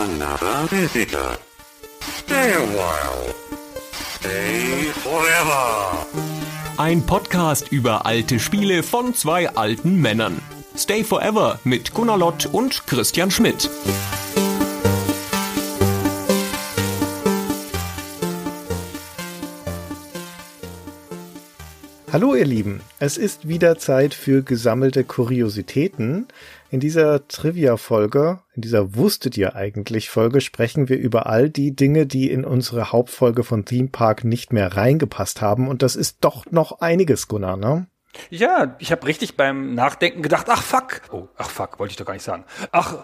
another visitor. Stay a while. Stay forever. Ein Podcast über alte Spiele von zwei alten Männern. Stay Forever mit Gunnar Lott und Christian Schmidt. Hallo ihr Lieben, es ist wieder Zeit für gesammelte Kuriositäten. In dieser Trivia-Folge, in dieser Wusstet ihr eigentlich Folge, sprechen wir über all die Dinge, die in unsere Hauptfolge von Theme Park nicht mehr reingepasst haben. Und das ist doch noch einiges, Gunnar, ne? Ja, ich habe richtig beim Nachdenken gedacht, ach fuck, wollte ich doch gar nicht sagen.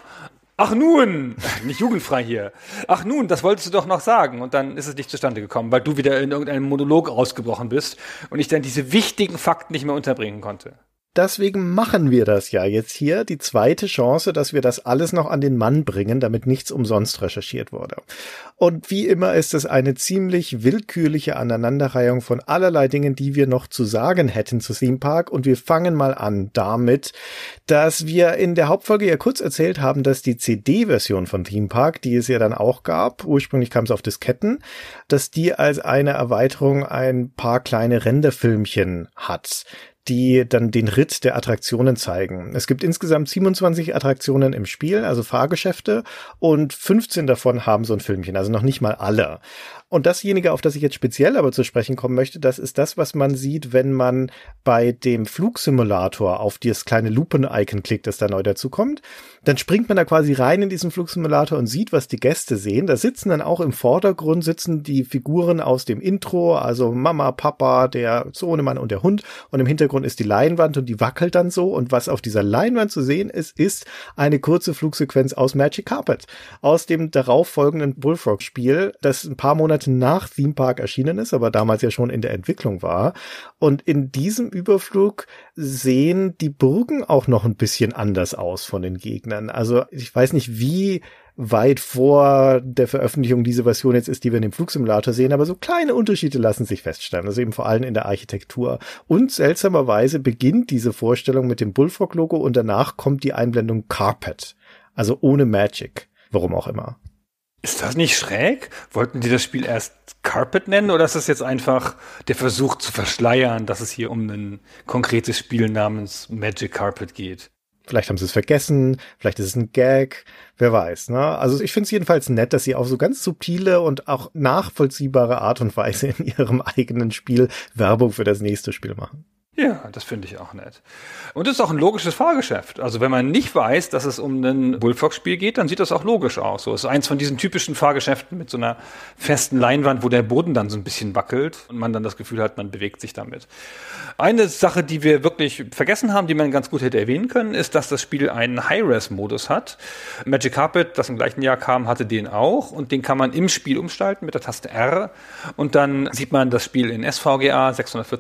Ach nun, nicht jugendfrei hier. Ach nun, das wolltest du doch noch sagen. Und dann ist es nicht zustande gekommen, weil du wieder in irgendeinem Monolog ausgebrochen bist und ich dann diese wichtigen Fakten nicht mehr unterbringen konnte. Deswegen machen wir das ja jetzt hier, die zweite Chance, dass wir das alles noch an den Mann bringen, damit nichts umsonst recherchiert wurde. Und wie immer ist es eine ziemlich willkürliche Aneinanderreihung von allerlei Dingen, die wir noch zu sagen hätten zu Theme Park. Und wir fangen mal an damit, dass wir in der Hauptfolge ja kurz erzählt haben, dass die CD-Version von Theme Park, die es ja dann auch gab, ursprünglich kam es auf Disketten, dass die als eine Erweiterung ein paar kleine Renderfilmchen hat, die dann den Ritt der Attraktionen zeigen. Es gibt insgesamt 27 Attraktionen im Spiel, also Fahrgeschäfte, und 15 davon haben so ein Filmchen, also noch nicht mal alle. Und dasjenige, auf das ich jetzt speziell aber zu sprechen kommen möchte, das ist das, was man sieht, wenn man bei dem Flugsimulator auf das kleine Lupen-Icon klickt, das da neu dazu kommt. Dann springt man da quasi rein in diesen Flugsimulator und sieht, was die Gäste sehen. Da sitzen dann auch im Vordergrund sitzen die Figuren aus dem Intro, also Mama, Papa, der Sohnemann und der Hund. Und im Hintergrund ist die Leinwand und die wackelt dann so. Und was auf dieser Leinwand zu sehen ist eine kurze Flugsequenz aus Magic Carpet, aus dem darauffolgenden Bullfrog-Spiel, das ein paar Monate nach Theme Park erschienen ist, aber damals ja schon in der Entwicklung war. Und in diesem Überflug sehen die Burgen auch noch ein bisschen anders aus von den Gegnern. Also ich weiß nicht, wie weit vor der Veröffentlichung diese Version jetzt ist, die wir in dem Flugsimulator sehen, aber so kleine Unterschiede lassen sich feststellen, also eben vor allem in der Architektur. Und seltsamerweise beginnt diese Vorstellung mit dem Bullfrog-Logo und danach kommt die Einblendung Carpet, also ohne Magic, warum auch immer. Ist das nicht schräg? Wollten die das Spiel erst Carpet nennen oder ist das jetzt einfach der Versuch zu verschleiern, dass es hier um ein konkretes Spiel namens Magic Carpet geht? Vielleicht haben sie es vergessen, vielleicht ist es ein Gag, wer weiß, ne? Also ich finde es jedenfalls nett, dass sie auf so ganz subtile und auch nachvollziehbare Art und Weise in ihrem eigenen Spiel Werbung für das nächste Spiel machen. Ja, das finde ich auch nett. Und es ist auch ein logisches Fahrgeschäft. Also wenn man nicht weiß, dass es um ein Bullfrog-Spiel geht, dann sieht das auch logisch aus. So, es ist eins von diesen typischen Fahrgeschäften mit so einer festen Leinwand, wo der Boden dann so ein bisschen wackelt und man dann das Gefühl hat, man bewegt sich damit. Eine Sache, die wir wirklich vergessen haben, die man ganz gut hätte erwähnen können, ist, dass das Spiel einen High-Res-Modus hat. Magic Carpet, das im gleichen Jahr kam, hatte den auch und den kann man im Spiel umstalten mit der Taste R und dann sieht man das Spiel in SVGA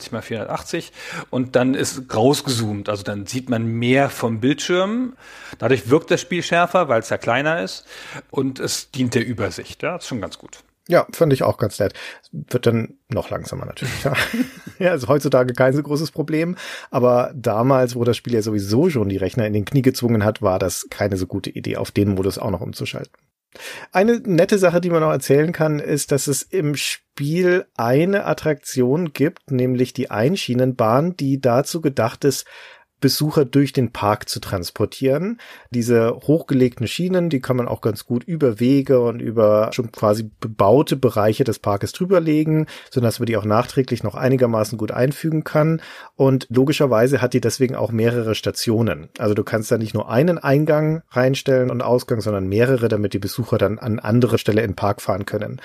640x480 und dann ist rausgezoomt, also dann sieht man mehr vom Bildschirm. Dadurch wirkt das Spiel schärfer, weil es ja kleiner ist und es dient der Übersicht. Ja, das ist schon ganz gut. Ja, fand ich auch ganz nett. Wird dann noch langsamer natürlich. Ja, also heutzutage kein so großes Problem. Aber damals, wo das Spiel ja sowieso schon die Rechner in den Knie gezwungen hat, war das keine so gute Idee, auf den Modus auch noch umzuschalten. Eine nette Sache, die man noch erzählen kann, ist, dass es im Spiel eine Attraktion gibt, nämlich die Einschienenbahn, die dazu gedacht ist, Besucher durch den Park zu transportieren. Diese hochgelegten Schienen, die kann man auch ganz gut über Wege und über schon quasi bebaute Bereiche des Parkes drüberlegen, sodass man die auch nachträglich noch einigermaßen gut einfügen kann. Und logischerweise hat die deswegen auch mehrere Stationen. Also du kannst da nicht nur einen Eingang reinstellen und Ausgang, sondern mehrere, damit die Besucher dann an andere Stelle in den Park fahren können.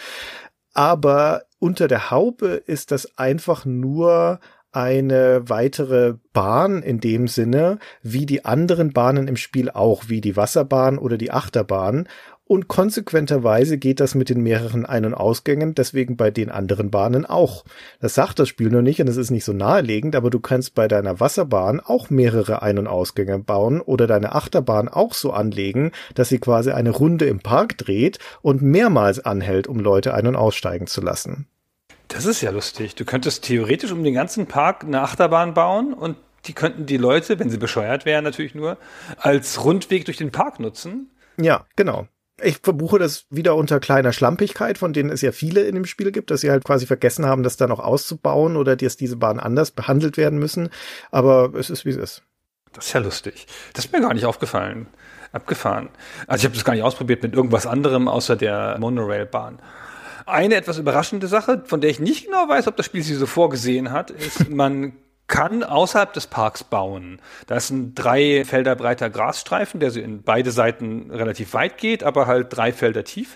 Aber unter der Haube ist das einfach nur eine weitere Bahn in dem Sinne, wie die anderen Bahnen im Spiel auch, wie die Wasserbahn oder die Achterbahn. Und konsequenterweise geht das mit den mehreren Ein- und Ausgängen, deswegen bei den anderen Bahnen auch. Das sagt das Spiel nur nicht und es ist nicht so naheliegend, aber du kannst bei deiner Wasserbahn auch mehrere Ein- und Ausgänge bauen oder deine Achterbahn auch so anlegen, dass sie quasi eine Runde im Park dreht und mehrmals anhält, um Leute ein- und aussteigen zu lassen. Das ist ja lustig. Du könntest theoretisch um den ganzen Park eine Achterbahn bauen und die könnten die Leute, wenn sie bescheuert wären natürlich nur, als Rundweg durch den Park nutzen. Ja, genau. Ich verbuche das wieder unter kleiner Schlampigkeit, von denen es ja viele in dem Spiel gibt, dass sie halt quasi vergessen haben, das dann noch auszubauen oder dass diese Bahnen anders behandelt werden müssen. Aber es ist, wie es ist. Das ist ja lustig. Das ist mir gar nicht aufgefallen. Abgefahren. Also ich habe das gar nicht ausprobiert mit irgendwas anderem außer der Monorail-Bahn. Eine etwas überraschende Sache, von der ich nicht genau weiß, ob das Spiel sie so vorgesehen hat, ist, man kann außerhalb des Parks bauen. Da ist ein 3 Felder breiter Grasstreifen, der so in beide Seiten relativ weit geht, aber halt 3 Felder tief.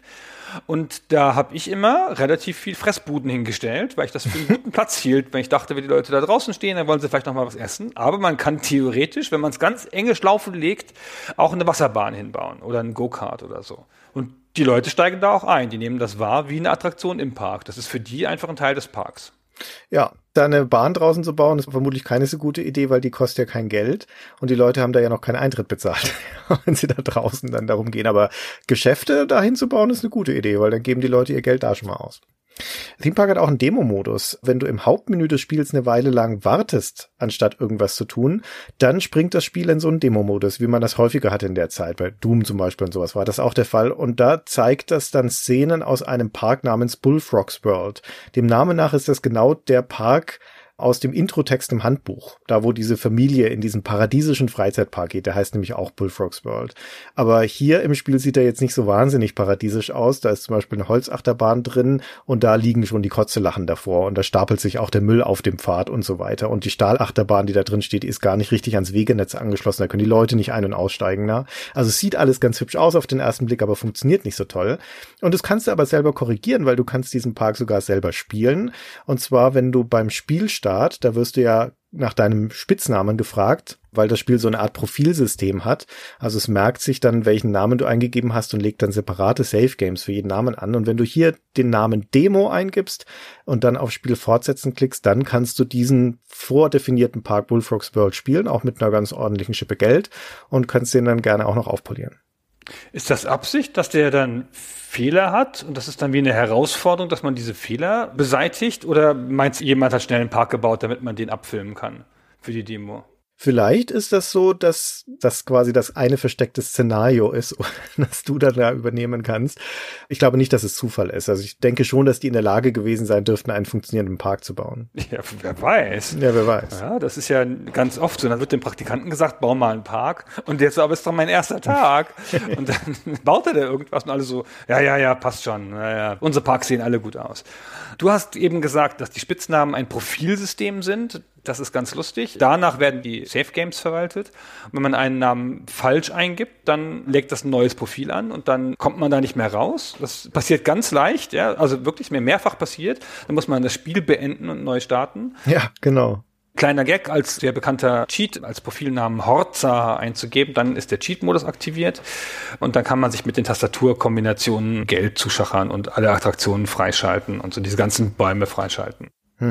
Und da habe ich immer relativ viel Fressbuden hingestellt, weil ich das für einen guten Platz hielt. Wenn ich dachte, wenn die Leute da draußen stehen, dann wollen sie vielleicht noch mal was essen. Aber man kann theoretisch, wenn man es ganz enge Schlaufen legt, auch eine Wasserbahn hinbauen oder einen Go-Kart oder so. Und die Leute steigen da auch ein. Die nehmen das wahr wie eine Attraktion im Park. Das ist für die einfach ein Teil des Parks. Ja, da eine Bahn draußen zu bauen, ist vermutlich keine so gute Idee, weil die kostet ja kein Geld und die Leute haben da ja noch keinen Eintritt bezahlt, wenn sie da draußen dann darum gehen. Aber Geschäfte dahin zu bauen, ist eine gute Idee, weil dann geben die Leute ihr Geld da schon mal aus. Theme Park hat auch einen Demo-Modus. Wenn du im Hauptmenü des Spiels eine Weile lang wartest, anstatt irgendwas zu tun, dann springt das Spiel in so einen Demo-Modus, wie man das häufiger hatte in der Zeit. Bei Doom zum Beispiel und sowas war das auch der Fall. Und da zeigt das dann Szenen aus einem Park namens Bullfrogs World. Dem Namen nach ist das genau der Park aus dem Introtext im Handbuch, da wo diese Familie in diesen paradiesischen Freizeitpark geht, der heißt nämlich auch Bullfrogs World. Aber hier im Spiel sieht er jetzt nicht so wahnsinnig paradiesisch aus, da ist zum Beispiel eine Holzachterbahn drin und da liegen schon die Kotzelachen davor und da stapelt sich auch der Müll auf dem Pfad und so weiter und die Stahlachterbahn, die da drin steht, ist gar nicht richtig ans Wegenetz angeschlossen, da können die Leute nicht ein- und aussteigen. Na? Also es sieht alles ganz hübsch aus auf den ersten Blick, aber funktioniert nicht so toll. Und das kannst du aber selber korrigieren, weil du kannst diesen Park sogar selber spielen und zwar, wenn du beim Spielstart, da wirst du ja nach deinem Spitznamen gefragt, weil das Spiel so eine Art Profilsystem hat. Also es merkt sich dann, welchen Namen du eingegeben hast und legt dann separate Save-Games für jeden Namen an. Und wenn du hier den Namen Demo eingibst und dann auf Spiel fortsetzen klickst, dann kannst du diesen vordefinierten Park Bullfrogs World spielen, auch mit einer ganz ordentlichen Schippe Geld und kannst den dann gerne auch noch aufpolieren. Ist das Absicht, dass der dann Fehler hat und das ist dann wie eine Herausforderung, dass man diese Fehler beseitigt? Oder meinst du, jemand hat schnell einen Park gebaut, damit man den abfilmen kann für die Demo? Vielleicht ist das so, dass das quasi das eine versteckte Szenario ist, das du dann da übernehmen kannst. Ich glaube nicht, dass es Zufall ist. Also ich denke schon, dass die in der Lage gewesen sein dürften, einen funktionierenden Park zu bauen. Ja, wer weiß. Ja, wer weiß. Ja, das ist ja ganz oft so. Dann wird dem Praktikanten gesagt, bau mal einen Park. Und jetzt aber ist doch mein erster Tag. Und dann baut er da irgendwas und alle so, ja, passt schon. Ja. Unsere Parks sehen alle gut aus. Du hast eben gesagt, dass die Spitznamen ein Profilsystem sind. Das ist ganz lustig. Danach werden die Safe Games verwaltet. Und wenn man einen Namen falsch eingibt, dann legt das ein neues Profil an und dann kommt man da nicht mehr raus. Das passiert ganz leicht, ja, also wirklich mehrfach passiert. Dann muss man das Spiel beenden und neu starten. Ja, genau. Kleiner Gag, als sehr bekannter Cheat, als Profilnamen Horza einzugeben, dann ist der Cheat-Modus aktiviert und dann kann man sich mit den Tastaturkombinationen Geld zuschachern und alle Attraktionen freischalten und so diese ganzen Bäume freischalten.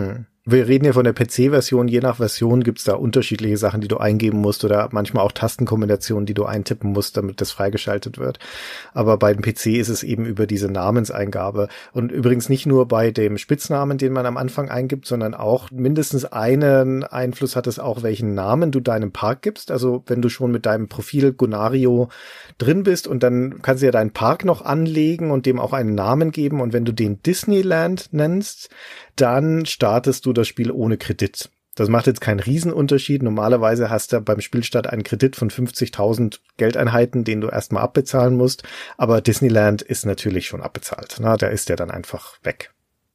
Wir reden ja von der PC-Version. Je nach Version gibt's da unterschiedliche Sachen, die du eingeben musst oder manchmal auch Tastenkombinationen, die du eintippen musst, damit das freigeschaltet wird. Aber bei dem PC ist es eben über diese Namenseingabe. Und übrigens nicht nur bei dem Spitznamen, den man am Anfang eingibt, sondern auch mindestens einen Einfluss hat es auch, welchen Namen du deinem Park gibst. Also wenn du schon mit deinem Profil Gonario drin bist und dann kannst du ja deinen Park noch anlegen und dem auch einen Namen geben. Und wenn du den Disneyland nennst, dann startest du das Spiel ohne Kredit. Das macht jetzt keinen Riesenunterschied. Normalerweise hast du beim Spielstart einen Kredit von 50.000 Geldeinheiten, den du erstmal abbezahlen musst. Aber Disneyland ist natürlich schon abbezahlt. Na, da ist der dann einfach weg.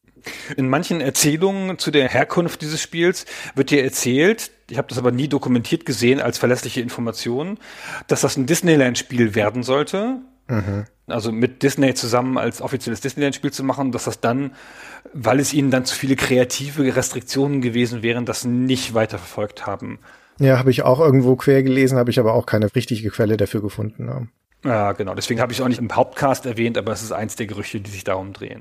In manchen Erzählungen zu der Herkunft dieses Spiels wird dir erzählt, ich habe das aber nie dokumentiert gesehen als verlässliche Information, dass das ein Disneyland-Spiel werden sollte. Also mit Disney zusammen als offizielles Disneyland-Spiel zu machen, dass das dann, weil es ihnen dann zu viele kreative Restriktionen gewesen wären, das nicht weiterverfolgt haben. Ja, habe ich auch irgendwo quer gelesen, habe ich aber auch keine richtige Quelle dafür gefunden. Ja, genau. Deswegen habe ich es auch nicht im Hauptcast erwähnt, aber es ist eins der Gerüchte, die sich darum drehen.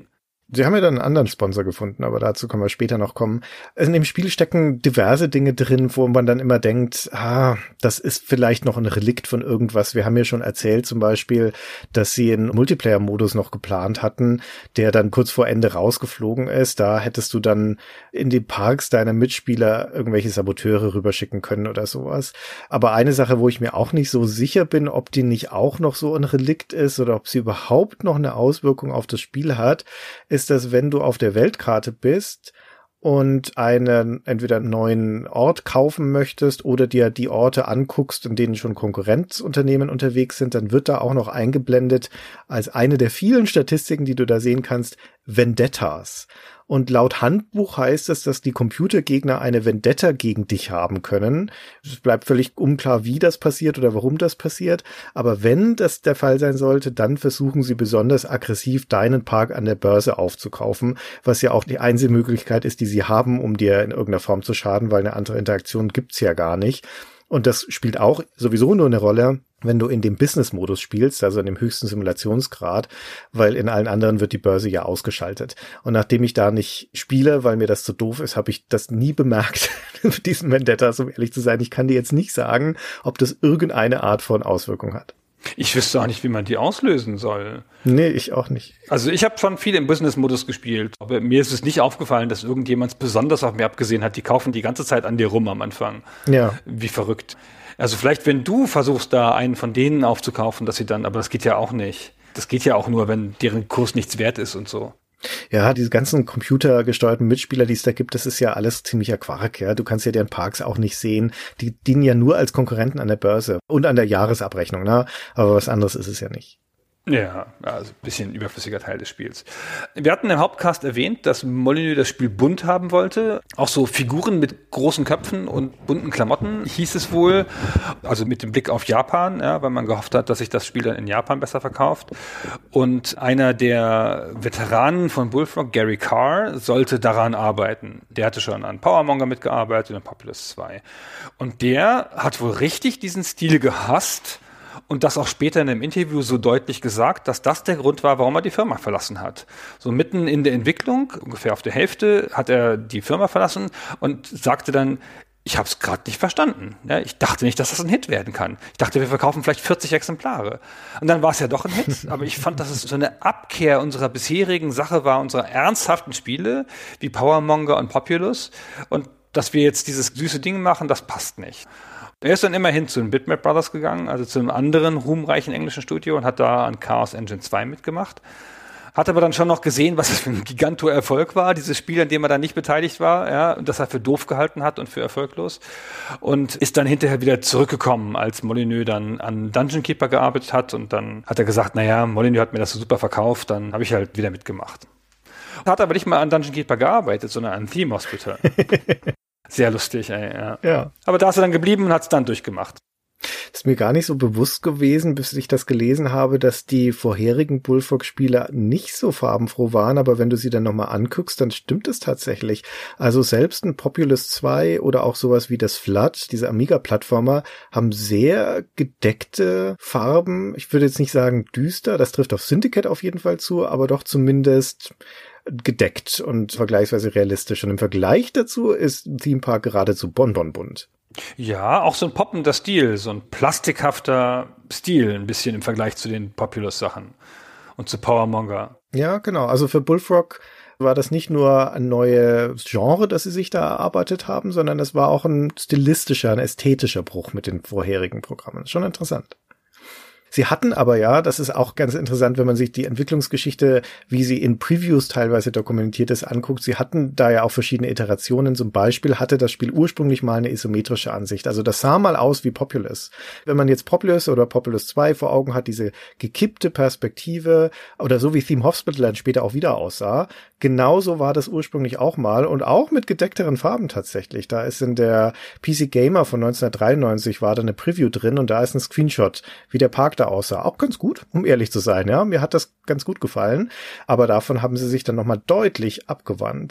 Sie haben ja dann einen anderen Sponsor gefunden, aber dazu können wir später noch kommen. Also in dem Spiel stecken diverse Dinge drin, wo man dann immer denkt, das ist vielleicht noch ein Relikt von irgendwas. Wir haben ja schon erzählt zum Beispiel, dass sie einen Multiplayer-Modus noch geplant hatten, der dann kurz vor Ende rausgeflogen ist. Da hättest du dann in den Parks deiner Mitspieler irgendwelche Saboteure rüberschicken können oder sowas. Aber eine Sache, wo ich mir auch nicht so sicher bin, ob die nicht auch noch so ein Relikt ist oder ob sie überhaupt noch eine Auswirkung auf das Spiel hat, ist, dass wenn du auf der Weltkarte bist und einen entweder einen neuen Ort kaufen möchtest oder dir die Orte anguckst, in denen schon Konkurrenzunternehmen unterwegs sind, dann wird da auch noch eingeblendet als eine der vielen Statistiken, die du da sehen kannst, Vendettas. Und laut Handbuch heißt es, dass die Computergegner eine Vendetta gegen dich haben können. Es bleibt völlig unklar, wie das passiert oder warum das passiert. Aber wenn das der Fall sein sollte, dann versuchen sie besonders aggressiv, deinen Park an der Börse aufzukaufen, was ja auch die einzige Möglichkeit ist, die sie haben, um dir in irgendeiner Form zu schaden, weil eine andere Interaktion gibt's ja gar nicht. Und das spielt auch sowieso nur eine Rolle, wenn du in dem Business-Modus spielst, also in dem höchsten Simulationsgrad, weil in allen anderen wird die Börse ja ausgeschaltet. Und nachdem ich da nicht spiele, weil mir das zu doof ist, habe ich das nie bemerkt mit diesem Vendetta, um ehrlich zu sein. Ich kann dir jetzt nicht sagen, ob das irgendeine Art von Auswirkung hat. Ich wüsste auch nicht, wie man die auslösen soll. Nee, ich auch nicht. Also ich habe schon viel im Business-Modus gespielt, aber mir ist es nicht aufgefallen, dass irgendjemand besonders auf mir abgesehen hat. Die kaufen die ganze Zeit an dir rum am Anfang. Ja. Wie verrückt. Also vielleicht, wenn du versuchst, da einen von denen aufzukaufen, dass sie dann, aber das geht ja auch nicht. Das geht ja auch nur, wenn deren Kurs nichts wert ist und so. Ja, diese ganzen computergesteuerten Mitspieler, die es da gibt, das ist ja alles ziemlicher Quark, ja. Du kannst ja deren Parks auch nicht sehen. Die dienen ja nur als Konkurrenten an der Börse und an der Jahresabrechnung, ne? Aber was anderes ist es ja nicht. Ja, also ein bisschen überflüssiger Teil des Spiels. Wir hatten im Hauptcast erwähnt, dass Molyneux das Spiel bunt haben wollte. Auch so Figuren mit großen Köpfen und bunten Klamotten hieß es wohl. Also mit dem Blick auf Japan, ja, weil man gehofft hat, dass sich das Spiel dann in Japan besser verkauft. Und einer der Veteranen von Bullfrog, Gary Carr, sollte daran arbeiten. Der hatte schon an Powermonger mitgearbeitet und an Populous 2. Und der hat wohl richtig diesen Stil gehasst. Und das auch später in einem Interview so deutlich gesagt, dass das der Grund war, warum er die Firma verlassen hat. So mitten in der Entwicklung, ungefähr auf der Hälfte, hat er die Firma verlassen und sagte dann, ich habe es gerade nicht verstanden. Ja, ich dachte nicht, dass das ein Hit werden kann. Ich dachte, wir verkaufen vielleicht 40 Exemplare. Und dann war es ja doch ein Hit. Aber ich fand, dass es so eine Abkehr unserer bisherigen Sache war, unserer ernsthaften Spiele, wie Powermonger und Populous. Und dass wir jetzt dieses süße Ding machen, das passt nicht. Er ist dann immerhin zu den Bitmap Brothers gegangen, also zu einem anderen ruhmreichen englischen Studio und hat da an Chaos Engine 2 mitgemacht. Hat aber dann schon noch gesehen, was das für ein Giganto-Erfolg war, dieses Spiel, an dem er dann nicht beteiligt war, ja, und das er für doof gehalten hat und für erfolglos. Und ist dann hinterher wieder zurückgekommen, als Molyneux dann an Dungeon Keeper gearbeitet hat. Und dann hat er gesagt, naja, Molyneux hat mir das so super verkauft, dann habe ich halt wieder mitgemacht. Hat aber nicht mal an Dungeon Keeper gearbeitet, sondern an Theme Hospital. Sehr lustig, ey, ja. Ja. Aber da ist er dann geblieben und hat es dann durchgemacht. Ist mir gar nicht so bewusst gewesen, bis ich das gelesen habe, dass die vorherigen Bullfrog-Spiele nicht so farbenfroh waren, aber wenn du sie dann nochmal anguckst, dann stimmt es tatsächlich. Also selbst ein Populous 2 oder auch sowas wie das Flood, diese Amiga-Plattformer, haben sehr gedeckte Farben. Ich würde jetzt nicht sagen düster, das trifft auf Syndicate auf jeden Fall zu, aber doch zumindest gedeckt und vergleichsweise realistisch. Und im Vergleich dazu ist Theme Park geradezu bonbonbunt. Ja, auch so ein poppender Stil, so ein plastikhafter Stil, ein bisschen im Vergleich zu den Populous-Sachen und zu Powermonger. Ja, genau. Also für Bullfrog war das nicht nur ein neues Genre, das sie sich da erarbeitet haben, sondern es war auch ein stilistischer, ein ästhetischer Bruch mit den vorherigen Programmen. Schon interessant. Sie hatten aber ja, das ist auch ganz interessant, wenn man sich die Entwicklungsgeschichte, wie sie in Previews teilweise dokumentiert ist, anguckt. Sie hatten da ja auch verschiedene Iterationen. Zum Beispiel hatte das Spiel ursprünglich mal eine isometrische Ansicht. Also das sah mal aus wie Populous. Wenn man jetzt Populous oder Populous 2 vor Augen hat, diese gekippte Perspektive oder so wie Theme Hospital dann später auch wieder aussah, genauso war das ursprünglich auch mal und auch mit gedeckteren Farben tatsächlich. Da ist in der PC Gamer von 1993 war da eine Preview drin und da ist ein Screenshot, wie der Park aussah. Auch ganz gut, um ehrlich zu sein. Ja, mir hat das ganz gut gefallen. Aber davon haben sie sich dann nochmal deutlich abgewandt.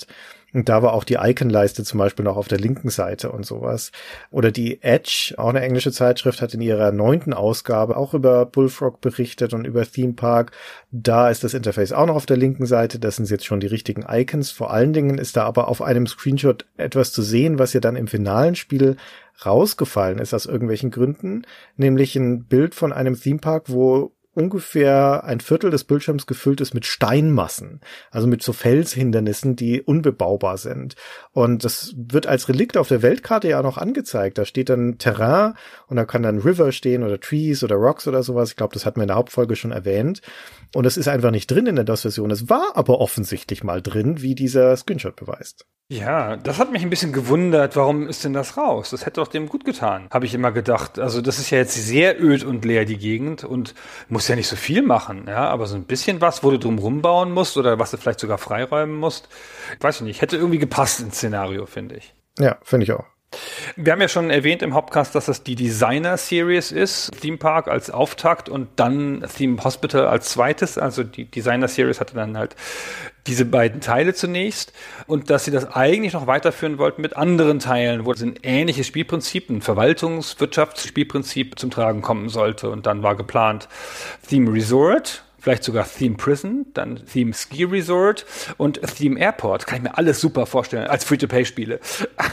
Und da war auch die Icon-Leiste zum Beispiel noch auf der linken Seite und sowas. Oder die Edge, auch eine englische Zeitschrift, hat in ihrer 9. Ausgabe auch über Bullfrog berichtet und über Theme Park. Da ist das Interface auch noch auf der linken Seite. Das sind jetzt schon die richtigen Icons. Vor allen Dingen ist da aber auf einem Screenshot etwas zu sehen, was ja dann im finalen Spiel rausgefallen ist aus irgendwelchen Gründen. Nämlich ein Bild von einem Theme Park, wo ungefähr ein Viertel des Bildschirms gefüllt ist mit Steinmassen, also mit so Felshindernissen, die unbebaubar sind. Und das wird als Relikt auf der Weltkarte ja noch angezeigt. Da steht dann Terrain und da kann dann River stehen oder Trees oder Rocks oder sowas. Ich glaube, das hatten wir in der Hauptfolge schon erwähnt. Und es ist einfach nicht drin in der DOS-Version. Es war aber offensichtlich mal drin, wie dieser Screenshot beweist. Ja, das hat mich ein bisschen gewundert. Warum ist denn das raus? Das hätte doch dem gut getan, habe ich immer gedacht. Also das ist ja jetzt sehr öd und leer, die Gegend, und muss ja nicht so viel machen, ja, aber so ein bisschen was, wo du drum rumbauen musst oder was du vielleicht sogar freiräumen musst, weiß ich nicht, hätte irgendwie gepasst ins Szenario, finde ich. Ja, finde ich auch. Wir haben ja schon erwähnt im Hauptcast, dass das die Designer-Series ist, Theme Park als Auftakt und dann Theme Hospital als zweites, also die Designer-Series hatte dann halt diese beiden Teile zunächst und dass sie das eigentlich noch weiterführen wollten mit anderen Teilen, wo ein ähnliches Spielprinzip, ein Verwaltungswirtschaftsspielprinzip zum Tragen kommen sollte, und dann war geplant Theme Resort, vielleicht sogar Theme Prison, dann Theme Ski Resort und Theme Airport. Kann ich mir alles super vorstellen, als Free-to-Play-Spiele.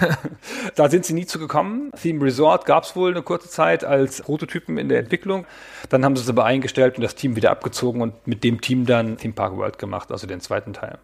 Da sind sie nie zu gekommen. Theme Resort gab es wohl eine kurze Zeit als Prototypen in der Entwicklung. Dann haben sie es aber eingestellt und das Team wieder abgezogen und mit dem Team dann Theme Park World gemacht, also den zweiten Teil.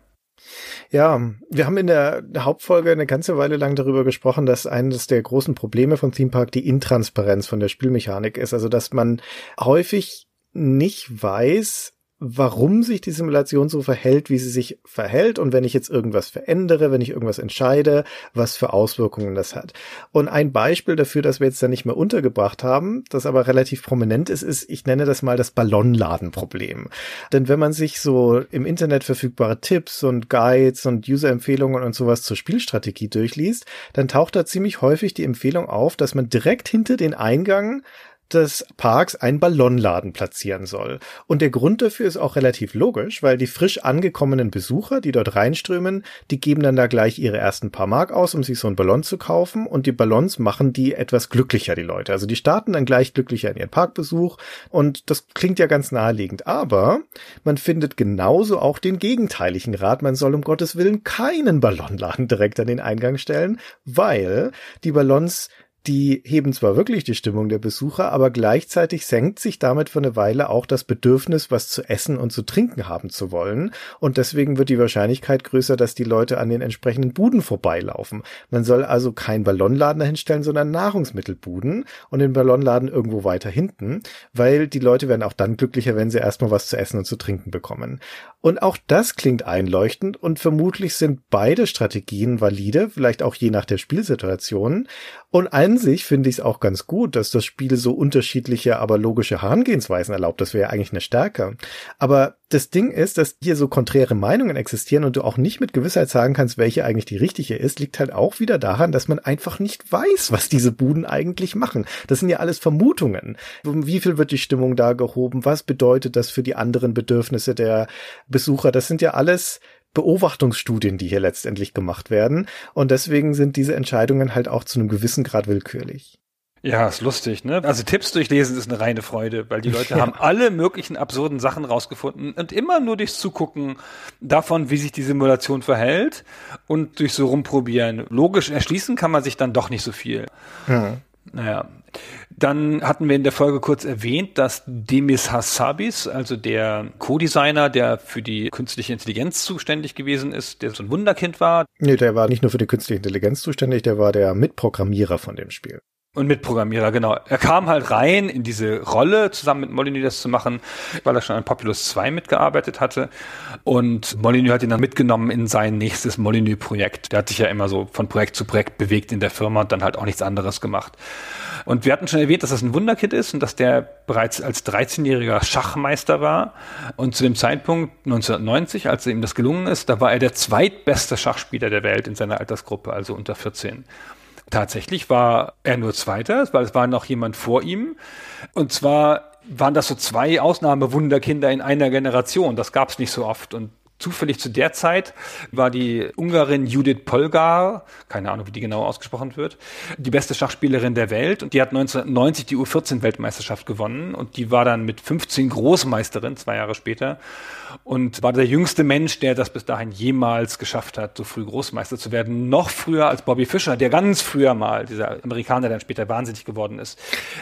Ja, wir haben in der Hauptfolge eine ganze Weile lang darüber gesprochen, dass eines der großen Probleme von Theme Park die Intransparenz von der Spielmechanik ist. Also, dass man häufig nicht weiß, warum sich die Simulation so verhält, wie sie sich verhält, und wenn ich jetzt irgendwas verändere, wenn ich irgendwas entscheide, was für Auswirkungen das hat. Und ein Beispiel dafür, das wir jetzt da nicht mehr untergebracht haben, das aber relativ prominent ist, ich nenne das mal das Ballonladenproblem. Denn wenn man sich so im Internet verfügbare Tipps und Guides und User-Empfehlungen und sowas zur Spielstrategie durchliest, dann taucht da ziemlich häufig die Empfehlung auf, dass man direkt hinter den Eingang des Parks einen Ballonladen platzieren soll. Und der Grund dafür ist auch relativ logisch, weil die frisch angekommenen Besucher, die dort reinströmen, die geben dann da gleich ihre ersten paar Mark aus, um sich so einen Ballon zu kaufen, und die Ballons machen die etwas glücklicher, die Leute. Also die starten dann gleich glücklicher in ihren Parkbesuch, und das klingt ja ganz naheliegend. Aber man findet genauso auch den gegenteiligen Rat, man soll um Gottes Willen keinen Ballonladen direkt an den Eingang stellen, weil die Ballons, die heben zwar wirklich die Stimmung der Besucher, aber gleichzeitig senkt sich damit für eine Weile auch das Bedürfnis, was zu essen und zu trinken haben zu wollen. Und deswegen wird die Wahrscheinlichkeit größer, dass die Leute an den entsprechenden Buden vorbeilaufen. Man soll also keinen Ballonladen dahinstellen, sondern Nahrungsmittelbuden und den Ballonladen irgendwo weiter hinten, weil die Leute werden auch dann glücklicher, wenn sie erstmal was zu essen und zu trinken bekommen. Und auch das klingt einleuchtend, und vermutlich sind beide Strategien valide, vielleicht auch je nach der Spielsituation. Und an sich finde ich es auch ganz gut, dass das Spiel so unterschiedliche, aber logische Herangehensweisen erlaubt. Das wäre ja eigentlich eine Stärke. Aber das Ding ist, dass hier so konträre Meinungen existieren und du auch nicht mit Gewissheit sagen kannst, welche eigentlich die richtige ist, liegt halt auch wieder daran, dass man einfach nicht weiß, was diese Buden eigentlich machen. Das sind ja alles Vermutungen. Wie viel wird die Stimmung da gehoben? Was bedeutet das für die anderen Bedürfnisse der Besucher? Das sind ja alles Beobachtungsstudien, die hier letztendlich gemacht werden. Und deswegen sind diese Entscheidungen halt auch zu einem gewissen Grad willkürlich. Ja, ist lustig, ne? Also Tipps durchlesen ist eine reine Freude, weil die Leute haben alle möglichen absurden Sachen rausgefunden und immer nur durchs Zugucken davon, wie sich die Simulation verhält und durch so rumprobieren. Logisch erschließen kann man sich dann doch nicht so viel. Ja. Naja. Dann hatten wir in der Folge kurz erwähnt, dass Demis Hassabis, also der Co-Designer, der für die künstliche Intelligenz zuständig gewesen ist, der so ein Wunderkind war. Nee, der war nicht nur für die künstliche Intelligenz zuständig, der war der Mitprogrammierer von dem Spiel. Und Mitprogrammierer, genau. Er kam halt rein in diese Rolle, zusammen mit Molyneux das zu machen, weil er schon an Populous 2 mitgearbeitet hatte. Und Molyneux hat ihn dann mitgenommen in sein nächstes Molyneux-Projekt. Der hat sich ja immer so von Projekt zu Projekt bewegt in der Firma und dann halt auch nichts anderes gemacht. Und wir hatten schon erwähnt, dass das ein Wunderkind ist und dass der bereits als 13-jähriger Schachmeister war. Und zu dem Zeitpunkt 1990, als ihm das gelungen ist, da war er der zweitbeste Schachspieler der Welt in seiner Altersgruppe, also unter 14. Tatsächlich war er nur Zweiter, weil es war noch jemand vor ihm. Und zwar waren das so zwei Ausnahmewunderkinder in einer Generation. Das gab es nicht so oft. Und zufällig zu der Zeit war die Ungarin Judith Polgar, keine Ahnung, wie die genau ausgesprochen wird, die beste Schachspielerin der Welt. Und die hat 1990 die U14-Weltmeisterschaft gewonnen. Und die war dann mit 15 Großmeisterin, 2 Jahre später. Und war der jüngste Mensch, der das bis dahin jemals geschafft hat, so früh Großmeister zu werden. Noch früher als Bobby Fischer, der ganz früher mal, dieser Amerikaner, der dann später wahnsinnig geworden ist.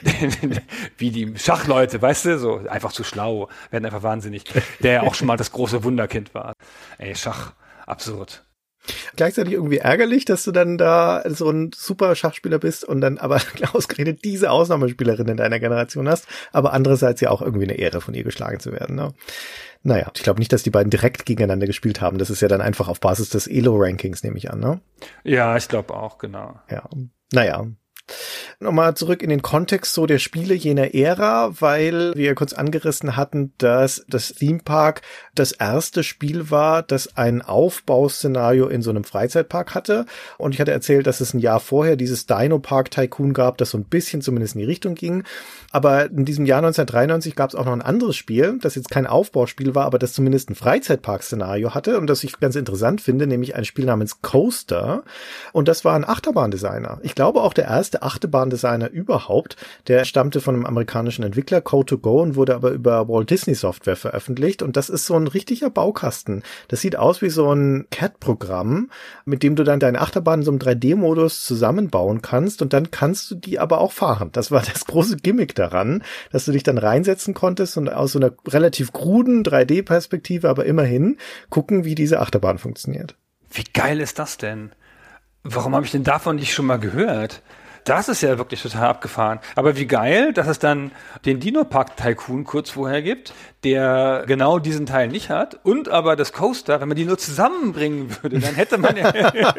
Wie die Schachleute, weißt du, so einfach zu schlau, werden einfach wahnsinnig. Der ja auch schon mal das große Wunderkind war. Ey, Schach, absurd. Gleichzeitig irgendwie ärgerlich, dass du dann da so ein super Schachspieler bist und dann aber ausgerechnet diese Ausnahmespielerin in deiner Generation hast, aber andererseits ja auch irgendwie eine Ehre, von ihr geschlagen zu werden, ne? Naja, ich glaube nicht, dass die beiden direkt gegeneinander gespielt haben. Das ist ja dann einfach auf Basis des Elo-Rankings, nehme ich an, ne? Ja, ich glaube auch, genau. Ja, naja. Nochmal zurück in den Kontext so der Spiele jener Ära, weil wir kurz angerissen hatten, dass das Theme Park das erste Spiel war, das ein Aufbauszenario in so einem Freizeitpark hatte. Und ich hatte erzählt, dass es ein Jahr vorher dieses Dino Park Tycoon gab, das so ein bisschen zumindest in die Richtung ging. Aber in diesem Jahr 1993 gab es auch noch ein anderes Spiel, das jetzt kein Aufbauspiel war, aber das zumindest ein Freizeitpark-Szenario hatte und das ich ganz interessant finde, nämlich ein Spiel namens Coaster. Und das war ein Achterbahndesigner. Ich glaube auch der erste Achterbahndesigner überhaupt. Der stammte von einem amerikanischen Entwickler, Code2Go, und wurde aber über Walt Disney Software veröffentlicht. Und das ist so ein richtiger Baukasten. Das sieht aus wie so ein CAD-Programm, mit dem du dann deine Achterbahn in so einem 3D-Modus zusammenbauen kannst und dann kannst du die aber auch fahren. Das war das große Gimmick daran, dass du dich dann reinsetzen konntest und aus so einer relativ kruden 3D-Perspektive aber immerhin gucken, wie diese Achterbahn funktioniert. Wie geil ist das denn? Warum habe ich denn davon nicht schon mal gehört? Das ist ja wirklich total abgefahren. Aber wie geil, dass es dann den Dino Park Tycoon kurz vorher gibt, der genau diesen Teil nicht hat und aber das Coaster, wenn man die nur zusammenbringen würde, dann hätte man ja...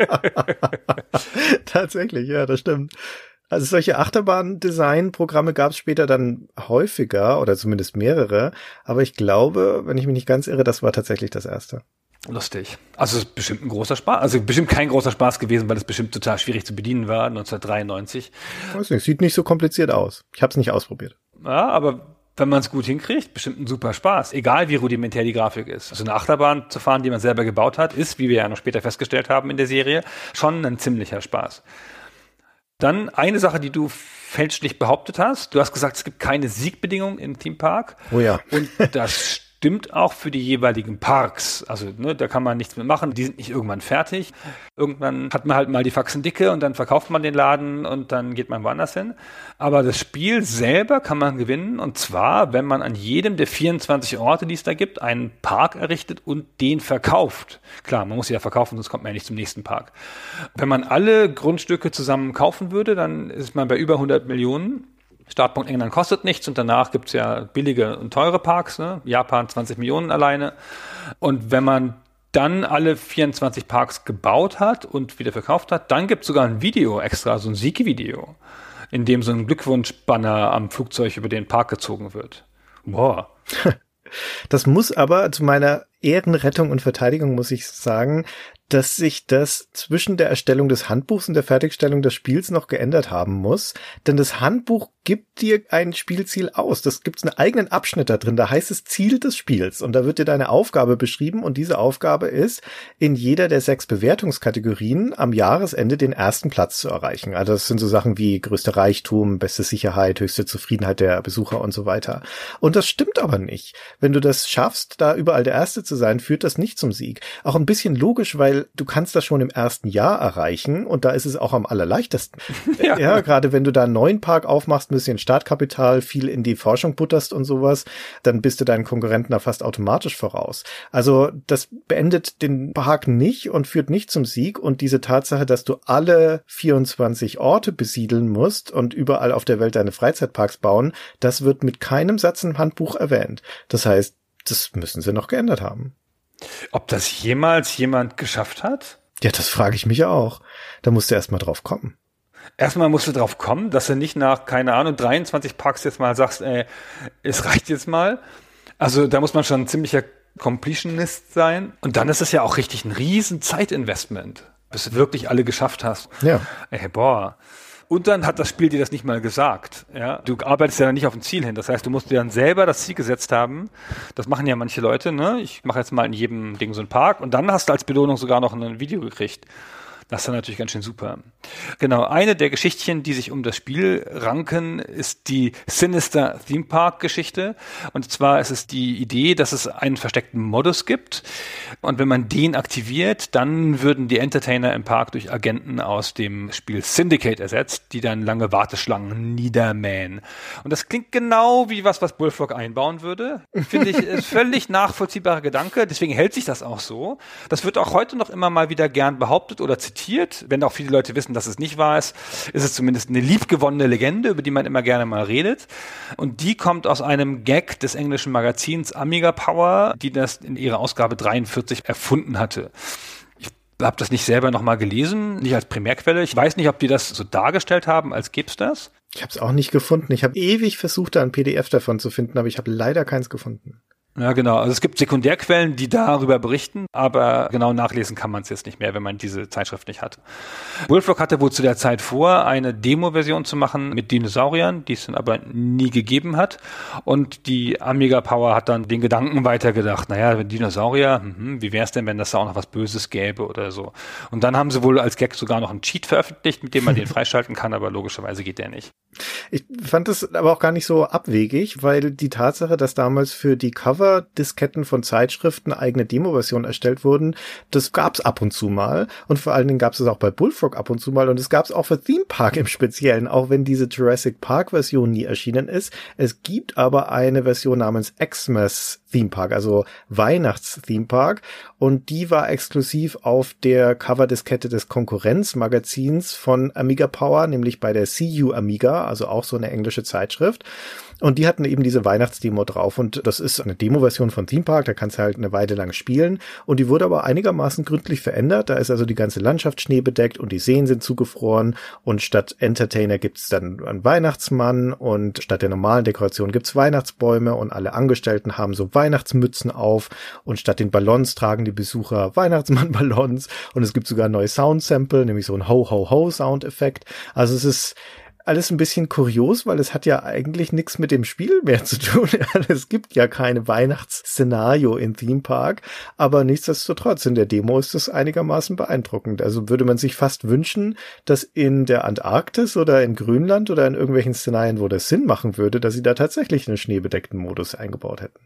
Tatsächlich, ja, das stimmt. Also solche Achterbahn-Design-Programme gab es später dann häufiger oder zumindest mehrere. Aber ich glaube, wenn ich mich nicht ganz irre, das war tatsächlich das erste. Lustig. Also es ist bestimmt ein großer Spaß. Also bestimmt kein großer Spaß gewesen, weil es bestimmt total schwierig zu bedienen war, 1993. Weiß nicht, sieht nicht so kompliziert aus. Ich habe es nicht ausprobiert. Ja, aber wenn man es gut hinkriegt, bestimmt ein super Spaß. Egal wie rudimentär die Grafik ist. Also eine Achterbahn zu fahren, die man selber gebaut hat, ist, wie wir ja noch später festgestellt haben in der Serie, schon ein ziemlicher Spaß. Dann eine Sache, die du fälschlich behauptet hast. Du hast gesagt, es gibt keine Siegbedingungen im Theme Park. Oh ja. Und das stimmt auch für die jeweiligen Parks. Also da kann man nichts mehr machen. Die sind nicht irgendwann fertig. Irgendwann hat man halt mal die Faxen dicke und dann verkauft man den Laden und dann geht man woanders hin. Aber das Spiel selber kann man gewinnen. Und zwar, wenn man an jedem der 24 Orte, die es da gibt, einen Park errichtet und den verkauft. Klar, man muss sie ja verkaufen, sonst kommt man ja nicht zum nächsten Park. Wenn man alle Grundstücke zusammen kaufen würde, dann ist man bei über 100 Millionen. Startpunkt England kostet nichts und danach gibt's ja billige und teure Parks, ne? Japan 20 Millionen alleine. Und wenn man dann alle 24 Parks gebaut hat und wieder verkauft hat, dann gibt's sogar ein Video extra, so ein Sieg-Video, in dem so ein Glückwunschbanner am Flugzeug über den Park gezogen wird. Boah. Das muss aber zu meiner Ehrenrettung und Verteidigung, muss ich sagen, dass sich das zwischen der Erstellung des Handbuchs und der Fertigstellung des Spiels noch geändert haben muss. Denn das Handbuch gibt dir ein Spielziel aus. Das gibt's einen eigenen Abschnitt da drin. Da heißt es Ziel des Spiels. Und da wird dir deine Aufgabe beschrieben. Und diese Aufgabe ist, in jeder der 6 Bewertungskategorien am Jahresende den ersten Platz zu erreichen. Also das sind so Sachen wie größter Reichtum, beste Sicherheit, höchste Zufriedenheit der Besucher und so weiter. Und das stimmt aber nicht. Wenn du das schaffst, da überall der Erste zu sein, führt das nicht zum Sieg. Auch ein bisschen logisch, weil du kannst das schon im ersten Jahr erreichen und da ist es auch am allerleichtesten. Ja, gerade wenn du da einen neuen Park aufmachst, ein bisschen Startkapital, viel in die Forschung butterst und sowas, dann bist du deinen Konkurrenten da fast automatisch voraus. Also das beendet den Park nicht und führt nicht zum Sieg und diese Tatsache, dass du alle 24 Orte besiedeln musst und überall auf der Welt deine Freizeitparks bauen, das wird mit keinem Satz im Handbuch erwähnt. Das heißt, das müssen sie noch geändert haben. Ob das jemals jemand geschafft hat? Ja, das frage ich mich auch. Da musst du erst mal drauf kommen. Erstmal musst du drauf kommen, dass du nicht nach, keine Ahnung, 23 Parks jetzt mal sagst, es reicht jetzt mal. Also da muss man schon ein ziemlicher Completionist sein. Und dann ist es ja auch richtig ein riesen Zeitinvestment, bis du wirklich alle geschafft hast. Ja. Boah. Und dann hat das Spiel dir das nicht mal gesagt. Ja? Du arbeitest ja dann nicht auf ein Ziel hin. Das heißt, du musst dir dann selber das Ziel gesetzt haben. Das machen ja manche Leute. Ne? Ich mache jetzt mal in jedem Ding so einen Park. Und dann hast du als Belohnung sogar noch ein Video gekriegt. Das ist dann natürlich ganz schön super. Genau, eine der Geschichtchen, die sich um das Spiel ranken, ist die Sinister Theme Park Geschichte. Und zwar ist es die Idee, dass es einen versteckten Modus gibt. Und wenn man den aktiviert, dann würden die Entertainer im Park durch Agenten aus dem Spiel Syndicate ersetzt, die dann lange Warteschlangen niedermähen. Und das klingt genau wie was Bullfrog einbauen würde. Finde ich, ist völlig nachvollziehbarer Gedanke. Deswegen hält sich das auch so. Das wird auch heute noch immer mal wieder gern behauptet oder zitiert. Wenn auch viele Leute wissen, dass es nicht wahr ist, ist es zumindest eine liebgewonnene Legende, über die man immer gerne mal redet. Und die kommt aus einem Gag des englischen Magazins Amiga Power, die das in ihrer Ausgabe 43 erfunden hatte. Ich habe das nicht selber nochmal gelesen, nicht als Primärquelle. Ich weiß nicht, ob die das so dargestellt haben, als gäbe es das. Ich habe es auch nicht gefunden. Ich habe ewig versucht, da ein PDF davon zu finden, aber ich habe leider keins gefunden. Ja, genau. Also es gibt Sekundärquellen, die darüber berichten, aber genau nachlesen kann man es jetzt nicht mehr, wenn man diese Zeitschrift nicht hat. Bullfrog hatte wohl zu der Zeit vor, eine Demo-Version zu machen mit Dinosauriern, die es dann aber nie gegeben hat. Und die Amiga Power hat dann den Gedanken weitergedacht, naja, wenn Dinosaurier, wie wäre es denn, wenn das da auch noch was Böses gäbe oder so. Und dann haben sie wohl als Gag sogar noch einen Cheat veröffentlicht, mit dem man den freischalten kann, aber logischerweise geht der nicht. Ich fand das aber auch gar nicht so abwegig, weil die Tatsache, dass damals für die Cover-Disketten von Zeitschriften eigene Demo-Versionen erstellt wurden, das gab's ab und zu mal. Und vor allen Dingen gab's es auch bei Bullfrog ab und zu mal. Und es gab's auch für Theme Park im Speziellen, auch wenn diese Jurassic Park-Version nie erschienen ist. Es gibt aber eine Version namens Xmas Theme Park, also Weihnachts-Theme Park. Und die war exklusiv auf der Cover-Diskette des Konkurrenzmagazins von Amiga Power, nämlich bei der CU Amiga, also auch so eine englische Zeitschrift. Und die hatten eben diese Weihnachtsdemo drauf. Und das ist eine Demo-Version von Theme Park, da kannst du halt eine Weile lang spielen. Und die wurde aber einigermaßen gründlich verändert. Da ist also die ganze Landschaft schneebedeckt und die Seen sind zugefroren. Und statt Entertainer gibt's dann einen Weihnachtsmann und statt der normalen Dekoration gibt's Weihnachtsbäume und alle Angestellten haben so Weihnachtsmützen auf. Und statt den Ballons tragen die Besucher Weihnachtsmann-Ballons. Und es gibt sogar ein neues Sound-Sample, nämlich so ein Ho-Ho-Ho-Soundeffekt. Also es ist alles ein bisschen kurios, weil es hat ja eigentlich nichts mit dem Spiel mehr zu tun. Es gibt ja keine Weihnachtsszenario in Theme Park, aber nichtsdestotrotz, in der Demo ist das einigermaßen beeindruckend. Also würde man sich fast wünschen, dass in der Antarktis oder in Grönland oder in irgendwelchen Szenarien, wo das Sinn machen würde, dass sie da tatsächlich einen schneebedeckten Modus eingebaut hätten.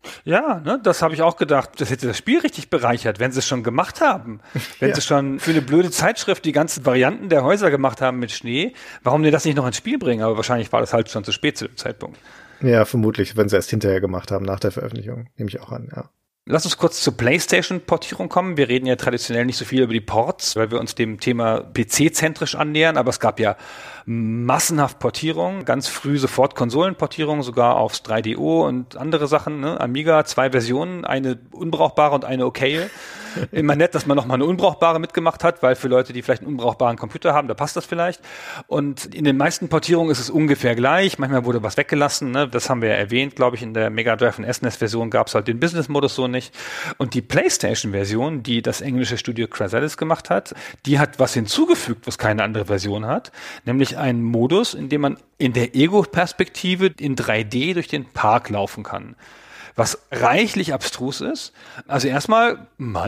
Ja, ne, das habe ich auch gedacht. Das hätte das Spiel richtig bereichert, wenn sie es schon gemacht haben. Wenn sie schon für eine blöde Zeitschrift die ganzen Varianten der Häuser gemacht haben mit Schnee, warum die das nicht noch ins Spiel bringen? Aber wahrscheinlich war das halt schon zu spät zu dem Zeitpunkt. Ja, vermutlich, wenn sie erst hinterher gemacht haben, nach der Veröffentlichung. Nehme ich auch an, ja. Lass uns kurz zur PlayStation-Portierung kommen. Wir reden ja traditionell nicht so viel über die Ports, weil wir uns dem Thema PC-zentrisch annähern, aber es gab ja massenhaft Portierungen, ganz früh sofort Konsolenportierungen, sogar aufs 3DO und andere Sachen, ne? Amiga, 2 Versionen, eine unbrauchbare und eine okaye. Immer nett, dass man nochmal eine unbrauchbare mitgemacht hat, weil für Leute, die vielleicht einen unbrauchbaren Computer haben, da passt das vielleicht. Und in den meisten Portierungen ist es ungefähr gleich. Manchmal wurde was weggelassen, ne? Das haben wir ja erwähnt, glaube ich, in der Mega Drive und SNES-Version gab es halt den Business-Modus so nicht. Und die PlayStation-Version, die das englische Studio Chrysalis gemacht hat, die hat was hinzugefügt, was keine andere Version hat, nämlich einen Modus, in dem man in der Ego-Perspektive in 3D durch den Park laufen kann. Was reichlich abstrus ist. Also erstmal,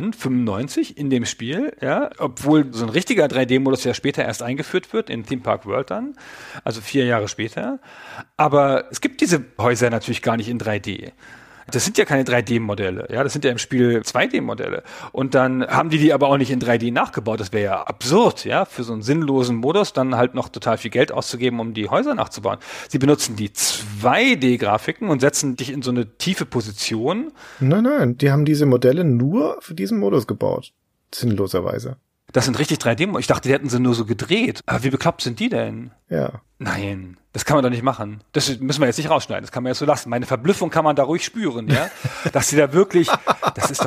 95 in dem Spiel, ja, obwohl so ein richtiger 3D-Modus ja später erst eingeführt wird, in Theme Park World dann, also 4 Jahre später. Aber es gibt diese Häuser natürlich gar nicht in 3D. Das sind ja keine 3D-Modelle, ja, das sind ja im Spiel 2D-Modelle. Und dann haben die aber auch nicht in 3D nachgebaut. Das wäre ja absurd, ja, für so einen sinnlosen Modus dann halt noch total viel Geld auszugeben, um die Häuser nachzubauen. Sie benutzen die 2D-Grafiken und setzen dich in so eine tiefe Position. Nein, die haben diese Modelle nur für diesen Modus gebaut. Sinnloserweise. Das sind richtig 3D-Modelle. Ich dachte, die hätten sie nur so gedreht. Aber wie bekloppt sind die denn? Ja. Nein, das kann man doch nicht machen. Das müssen wir jetzt nicht rausschneiden. Das kann man jetzt so lassen. Meine Verblüffung kann man da ruhig spüren, ja? Dass sie da wirklich,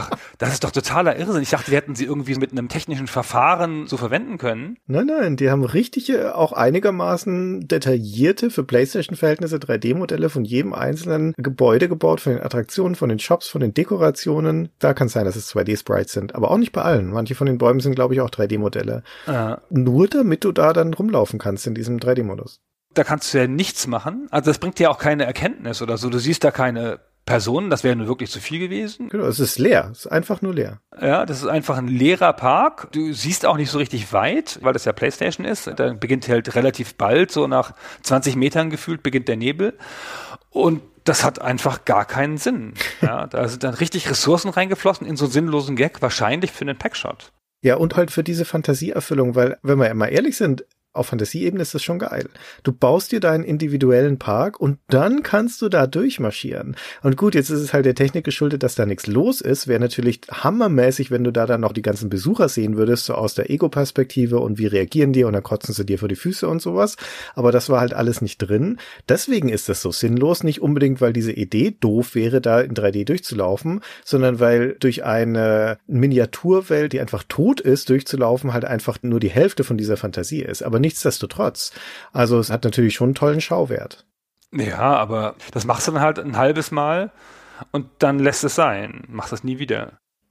Das ist doch totaler Irrsinn. Ich dachte, die hätten sie irgendwie mit einem technischen Verfahren so verwenden können. Nein, die haben richtige, auch einigermaßen detaillierte, für PlayStation-Verhältnisse 3D-Modelle von jedem einzelnen Gebäude gebaut, von den Attraktionen, von den Shops, von den Dekorationen. Da kann es sein, dass es 2D-Sprites sind, aber auch nicht bei allen. Manche von den Bäumen sind, glaube ich, auch 3D-Modelle. Nur damit du da dann rumlaufen kannst in diesem 3D-Modus. Da kannst du ja nichts machen. Also das bringt dir auch keine Erkenntnis oder so. Du siehst da keine Personen, das wäre nur wirklich zu viel gewesen. Genau, es ist leer, es ist einfach nur leer. Ja, das ist einfach ein leerer Park. Du siehst auch nicht so richtig weit, weil das ja PlayStation ist. Da beginnt halt relativ bald, so nach 20 Metern gefühlt, beginnt der Nebel. Und das hat einfach gar keinen Sinn. Ja, da sind dann richtig Ressourcen reingeflossen in so einen sinnlosen Gag, wahrscheinlich für einen Packshot. Ja, und halt für diese Fantasieerfüllung, weil, wenn wir ja mal ehrlich sind, auf Fantasieebene ist das schon geil. Du baust dir deinen individuellen Park und dann kannst du da durchmarschieren. Und gut, jetzt ist es halt der Technik geschuldet, dass da nichts los ist. Wäre natürlich hammermäßig, wenn du da dann noch die ganzen Besucher sehen würdest, so aus der Ego-Perspektive und wie reagieren die und dann kotzen sie dir vor die Füße und sowas. Aber das war halt alles nicht drin. Deswegen ist das so sinnlos. Nicht unbedingt, weil diese Idee doof wäre, da in 3D durchzulaufen, sondern weil durch eine Miniaturwelt, die einfach tot ist, durchzulaufen, halt einfach nur die Hälfte von dieser Fantasie ist. Aber nichtsdestotrotz. Also es hat natürlich schon einen tollen Schauwert. Ja, aber das machst du dann halt ein halbes Mal und dann lässt es sein. Machst es nie wieder.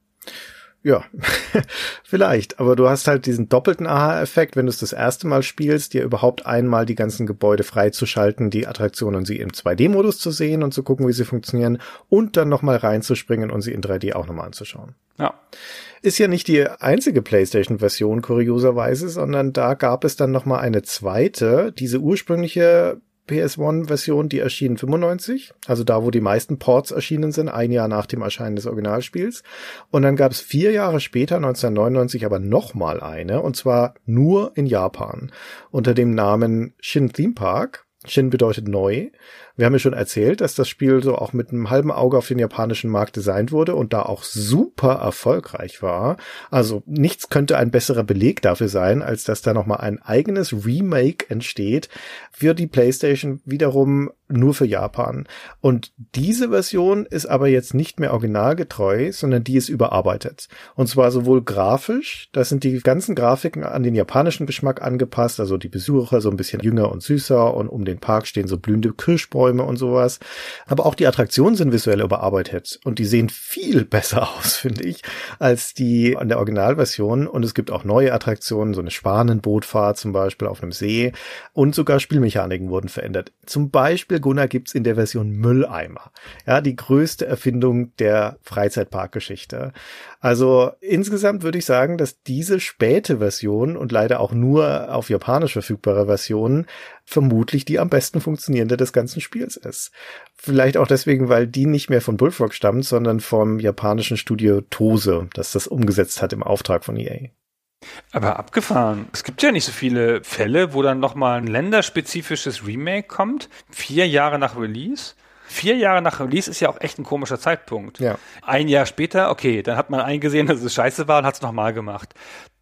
Ja, vielleicht. Aber du hast halt diesen doppelten Aha-Effekt, wenn du es das erste Mal spielst, dir überhaupt einmal die ganzen Gebäude freizuschalten, die Attraktionen und sie im 2D-Modus zu sehen und zu gucken, wie sie funktionieren und dann nochmal reinzuspringen und sie in 3D auch nochmal anzuschauen. Ja. Ist ja nicht die einzige PlayStation-Version, kurioserweise, sondern da gab es dann nochmal eine zweite, diese ursprüngliche PS1-Version, die erschien 95, also da, wo die meisten Ports erschienen sind, ein Jahr nach dem Erscheinen des Originalspiels. Und dann gab es 4 Jahre später, 1999, aber nochmal eine, und zwar nur in Japan, unter dem Namen Shin Theme Park. Shin bedeutet neu. Wir haben ja schon erzählt, dass das Spiel so auch mit einem halben Auge auf den japanischen Markt designt wurde und da auch super erfolgreich war. Also nichts könnte ein besserer Beleg dafür sein, als dass da nochmal ein eigenes Remake entsteht für die PlayStation, wiederum nur für Japan. Und diese Version ist aber jetzt nicht mehr originalgetreu, sondern die ist überarbeitet. Und zwar sowohl grafisch, da sind die ganzen Grafiken an den japanischen Geschmack angepasst, also die Besucher so ein bisschen jünger und süßer und um den Park stehen so blühende Kirschbäume und sowas. Aber auch die Attraktionen sind visuell überarbeitet und die sehen viel besser aus, finde ich, als die an der Originalversion. Und es gibt auch neue Attraktionen, so eine Schwanenbootfahrt zum Beispiel auf einem See und sogar Spielmechaniken wurden verändert. Zum Beispiel, Gunnar, gibt's in der Version Mülleimer. Ja, die größte Erfindung der Freizeitparkgeschichte. Also insgesamt würde ich sagen, dass diese späte Version und leider auch nur auf Japanisch verfügbare Versionen vermutlich die am besten funktionierende des ganzen Spiels ist. Vielleicht auch deswegen, weil die nicht mehr von Bullfrog stammt, sondern vom japanischen Studio Tose, das das umgesetzt hat im Auftrag von EA. Aber abgefahren. Es gibt ja nicht so viele Fälle, wo dann nochmal ein länderspezifisches Remake kommt, 4 Jahre nach Release. 4 Jahre nach Release ist ja auch echt ein komischer Zeitpunkt. Ja. 1 Jahr später, okay, dann hat man eingesehen, dass es scheiße war und hat es nochmal gemacht.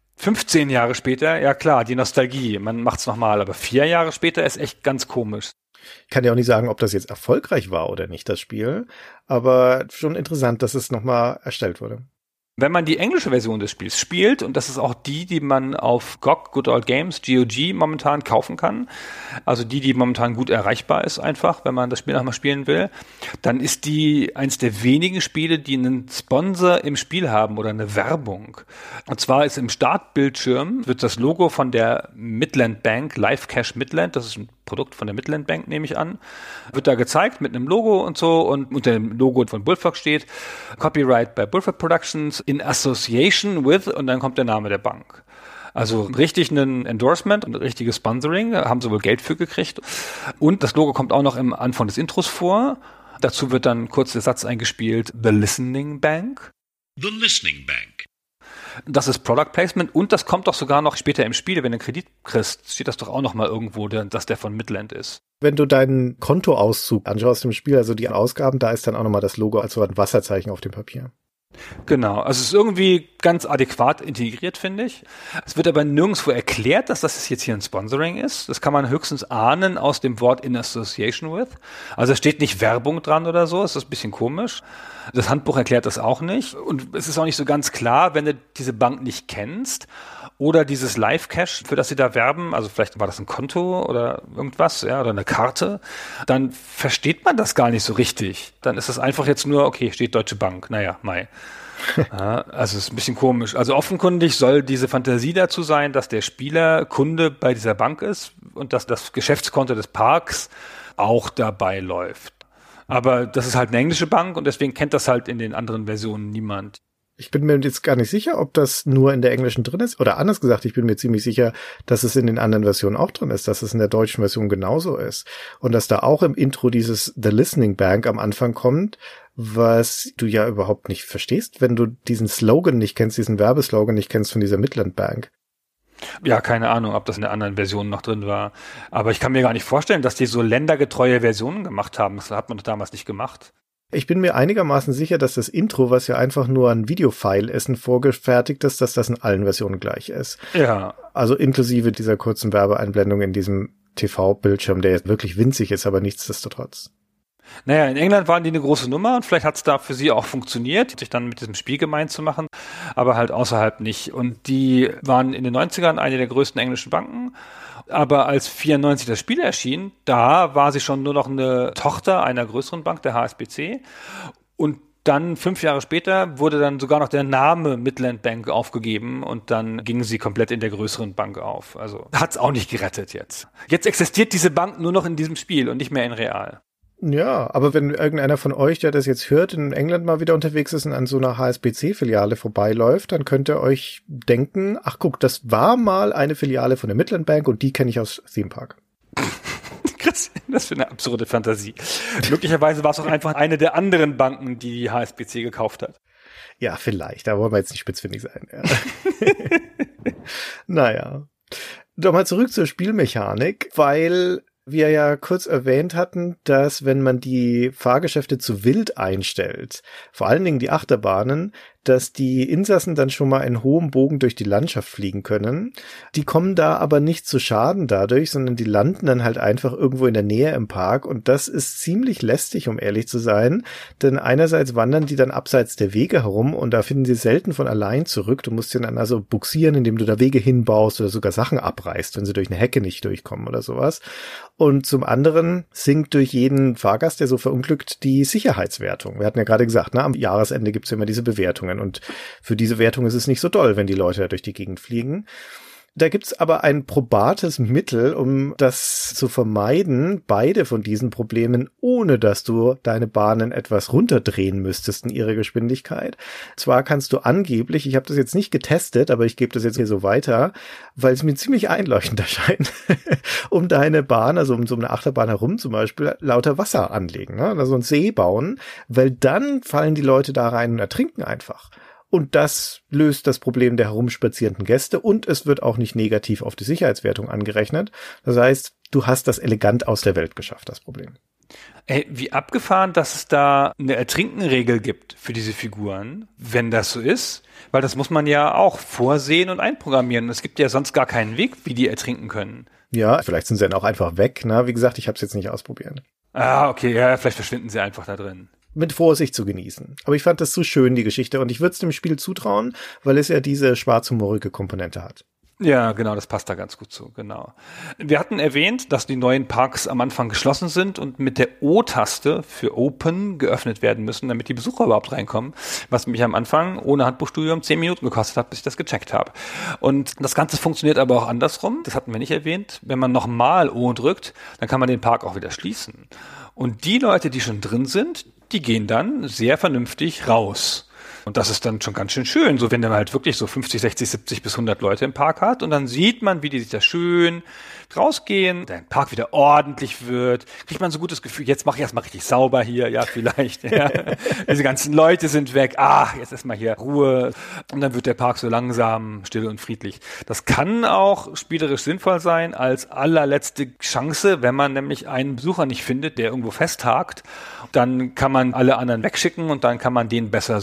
15 Jahre später, ja klar, die Nostalgie, man macht es nochmal, aber 4 Jahre später ist echt ganz komisch. Ich kann ja auch nicht sagen, ob das jetzt erfolgreich war oder nicht, das Spiel, aber schon interessant, dass es nochmal erstellt wurde. Wenn man die englische Version des Spiels spielt, und das ist auch die man auf GOG, Good Old Games, GOG momentan kaufen kann, also die momentan gut erreichbar ist einfach, wenn man das Spiel nochmal spielen will, dann ist die eins der wenigen Spiele, die einen Sponsor im Spiel haben oder eine Werbung. Und zwar ist im Startbildschirm, wird das Logo von der Midland Bank, Life Cash Midland, das ist ein Produkt von der Midland Bank, nehme ich an, wird da gezeigt mit einem Logo und so und unter dem Logo von Bullfrog steht Copyright bei Bullfrog Productions in Association with und dann kommt der Name der Bank. Also richtig ein Endorsement und ein richtiges Sponsoring, da haben sie wohl Geld für gekriegt. Und das Logo kommt auch noch am Anfang des Intros vor. Dazu wird dann kurz der Satz eingespielt, The Listening Bank. The Listening Bank. Das ist Product Placement und das kommt doch sogar noch später im Spiel, wenn du einen Kredit kriegst, steht das doch auch noch mal irgendwo, dass der von Midland ist. Wenn du deinen Kontoauszug anschaust im Spiel, also die Ausgaben, da ist dann auch nochmal das Logo als so ein Wasserzeichen auf dem Papier. Genau, also es ist irgendwie ganz adäquat integriert, finde ich. Es wird aber nirgendwo erklärt, dass das jetzt hier ein Sponsoring ist. Das kann man höchstens ahnen aus dem Wort in association with. Also es steht nicht Werbung dran oder so, es ist ein bisschen komisch. Das Handbuch erklärt das auch nicht. Und es ist auch nicht so ganz klar, wenn du diese Bank nicht kennst oder dieses Live-Cash, für das sie da werben, also vielleicht war das ein Konto oder irgendwas, ja, oder eine Karte, dann versteht man das gar nicht so richtig. Dann ist es einfach jetzt nur, okay, steht Deutsche Bank, naja, Mai. Ja, also es ist ein bisschen komisch. Also offenkundig soll diese Fantasie dazu sein, dass der Spieler Kunde bei dieser Bank ist und dass das Geschäftskonto des Parks auch dabei läuft. Aber das ist halt eine englische Bank und deswegen kennt das halt in den anderen Versionen niemand. Ich bin mir jetzt gar nicht sicher, ob das nur in der englischen drin ist. Oder anders gesagt, ich bin mir ziemlich sicher, dass es in den anderen Versionen auch drin ist, dass es in der deutschen Version genauso ist. Und dass da auch im Intro dieses The Listening Bank am Anfang kommt, was du ja überhaupt nicht verstehst, wenn du diesen Slogan nicht kennst, diesen Werbeslogan nicht kennst von dieser Midland Bank. Ja, keine Ahnung, ob das in der anderen Version noch drin war. Aber ich kann mir gar nicht vorstellen, dass die so ländergetreue Versionen gemacht haben. Das hat man doch damals nicht gemacht. Ich bin mir einigermaßen sicher, dass das Intro, was ja einfach nur ein Videofile ist, ein vorgefertigtes, dass das in allen Versionen gleich ist. Ja. Also inklusive dieser kurzen Werbeeinblendung in diesem TV-Bildschirm, der jetzt wirklich winzig ist, aber nichtsdestotrotz. Naja, in England waren die eine große Nummer und vielleicht hat es da für sie auch funktioniert, sich dann mit diesem Spiel gemein zu machen, aber halt außerhalb nicht. Und die waren in den 90ern eine der größten englischen Banken. Aber als 94 das Spiel erschien, da war sie schon nur noch eine Tochter einer größeren Bank, der HSBC. Und dann 5 Jahre später wurde dann sogar noch der Name Midland Bank aufgegeben und dann ging sie komplett in der größeren Bank auf. Also hat's auch nicht gerettet jetzt. Jetzt existiert diese Bank nur noch in diesem Spiel und nicht mehr in real. Ja, aber wenn irgendeiner von euch, der das jetzt hört, in England mal wieder unterwegs ist und an so einer HSBC-Filiale vorbeiläuft, dann könnt ihr euch denken, ach guck, das war mal eine Filiale von der Midland Bank und die kenne ich aus Theme Park. Krass, das für eine absurde Fantasie. Möglicherweise war es auch einfach eine der anderen Banken, die HSBC gekauft hat. Ja, vielleicht, da wollen wir jetzt nicht spitzfindig sein. Ja. Naja, doch mal zurück zur Spielmechanik, weil wir ja kurz erwähnt hatten, dass wenn man die Fahrgeschäfte zu wild einstellt, vor allen Dingen die Achterbahnen, dass die Insassen dann schon mal in hohem Bogen durch die Landschaft fliegen können. Die kommen da aber nicht zu Schaden dadurch, sondern die landen dann halt einfach irgendwo in der Nähe im Park und das ist ziemlich lästig, um ehrlich zu sein, denn einerseits wandern die dann abseits der Wege herum und da finden sie selten von allein zurück. Du musst sie dann also buxieren, indem du da Wege hinbaust oder sogar Sachen abreißt, wenn sie durch eine Hecke nicht durchkommen oder sowas. Und zum anderen sinkt durch jeden Fahrgast, der so verunglückt, die Sicherheitswertung. Wir hatten ja gerade gesagt, am Jahresende gibt's ja immer diese Bewertungen. Und für diese Wertung ist es nicht so doll, wenn die Leute da durch die Gegend fliegen. Da gibt's aber ein probates Mittel, um das zu vermeiden, beide von diesen Problemen, ohne dass du deine Bahnen etwas runterdrehen müsstest in ihrer Geschwindigkeit. Zwar kannst du angeblich, ich habe das jetzt nicht getestet, aber ich gebe das jetzt hier so weiter, weil es mir ziemlich einleuchtend erscheint, um deine Bahn, also um so eine Achterbahn herum zum Beispiel, lauter Wasser anlegen, ne? Also einen See bauen, weil dann fallen die Leute da rein und ertrinken einfach. Und das löst das Problem der herumspazierenden Gäste und es wird auch nicht negativ auf die Sicherheitswertung angerechnet. Das heißt, du hast das elegant aus der Welt geschafft, das Problem. Ey, wie abgefahren, dass es da eine Ertrinkenregel gibt für diese Figuren, wenn das so ist. Weil das muss man ja auch vorsehen und einprogrammieren. Es gibt ja sonst gar keinen Weg, wie die ertrinken können. Ja, vielleicht sind sie dann auch einfach weg. Na, wie gesagt, ich habe es jetzt nicht ausprobiert. Ah, okay, ja, vielleicht verschwinden sie einfach da drin. Mit Vorsicht zu genießen. Aber ich fand das so schön, die Geschichte, und ich würde es dem Spiel zutrauen, weil es ja diese schwarzhumorige Komponente hat. Ja, genau, das passt da ganz gut zu, genau. Wir hatten erwähnt, dass die neuen Parks am Anfang geschlossen sind und mit der O-Taste für Open geöffnet werden müssen, damit die Besucher überhaupt reinkommen, was mich am Anfang ohne Handbuchstudium 10 Minuten gekostet hat, bis ich das gecheckt habe. Und das Ganze funktioniert aber auch andersrum, das hatten wir nicht erwähnt. Wenn man nochmal O drückt, dann kann man den Park auch wieder schließen. Und die Leute, die schon drin sind, die gehen dann sehr vernünftig raus. Und das ist dann schon ganz schön schön, so wenn man halt wirklich so 50, 60, 70 bis 100 Leute im Park hat und dann sieht man, wie die sich da schön rausgehen, der Park wieder ordentlich wird, kriegt man so ein gutes Gefühl, jetzt mache ich erstmal richtig sauber hier, ja vielleicht, ja. Diese ganzen Leute sind weg, jetzt erstmal hier Ruhe und dann wird der Park so langsam still und friedlich. Das kann auch spielerisch sinnvoll sein als allerletzte Chance, wenn man nämlich einen Besucher nicht findet, der irgendwo festhakt, dann kann man alle anderen wegschicken und dann kann man den besser suchen und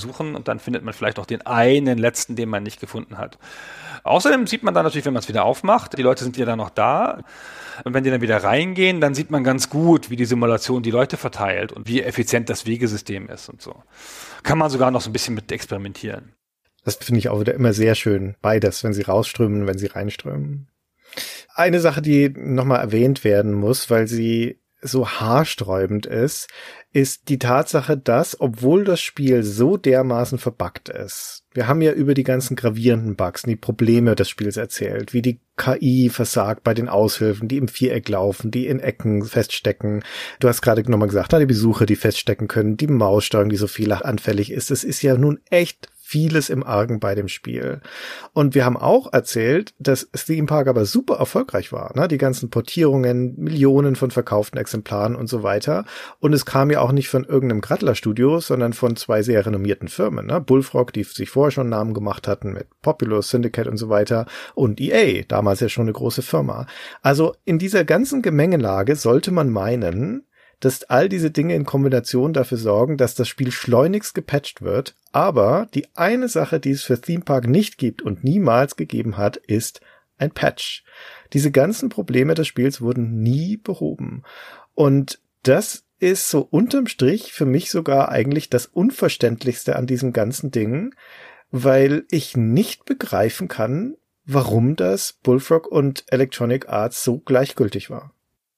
dann findet man vielleicht noch den einen letzten, den man nicht gefunden hat. Außerdem sieht man dann natürlich, wenn man es wieder aufmacht, die Leute sind ja dann noch da. Und wenn die dann wieder reingehen, dann sieht man ganz gut, wie die Simulation die Leute verteilt und wie effizient das Wegesystem ist und so. Kann man sogar noch so ein bisschen mit experimentieren. Das finde ich auch wieder immer sehr schön. Beides, wenn sie rausströmen, wenn sie reinströmen. Eine Sache, die nochmal erwähnt werden muss, weil sie so haarsträubend ist die Tatsache, dass, obwohl das Spiel so dermaßen verbuggt ist, wir haben ja über die ganzen gravierenden Bugs, die Probleme des Spiels erzählt, wie die KI versagt bei den Aushilfen, die im Viereck laufen, die in Ecken feststecken. Du hast gerade nochmal gesagt, die Besucher, die feststecken können, die Maussteuerung, die so fehleranfällig ist. Es ist ja nun echt vieles im Argen bei dem Spiel. Und wir haben auch erzählt, dass Theme Park aber super erfolgreich war. Ne? Die ganzen Portierungen, Millionen von verkauften Exemplaren und so weiter. Und es kam ja auch nicht von irgendeinem Grattler-Studio, sondern von 2 sehr renommierten Firmen. Ne? Bullfrog, die sich vorher schon Namen gemacht hatten mit Populous, Syndicate und so weiter. Und EA, damals ja schon eine große Firma. Also in dieser ganzen Gemengelage sollte man meinen, dass all diese Dinge in Kombination dafür sorgen, dass das Spiel schleunigst gepatcht wird. Aber die eine Sache, die es für Theme Park nicht gibt und niemals gegeben hat, ist ein Patch. Diese ganzen Probleme des Spiels wurden nie behoben. Und das ist so unterm Strich für mich sogar eigentlich das Unverständlichste an diesem ganzen Ding, weil ich nicht begreifen kann, warum das Bullfrog und Electronic Arts so gleichgültig war.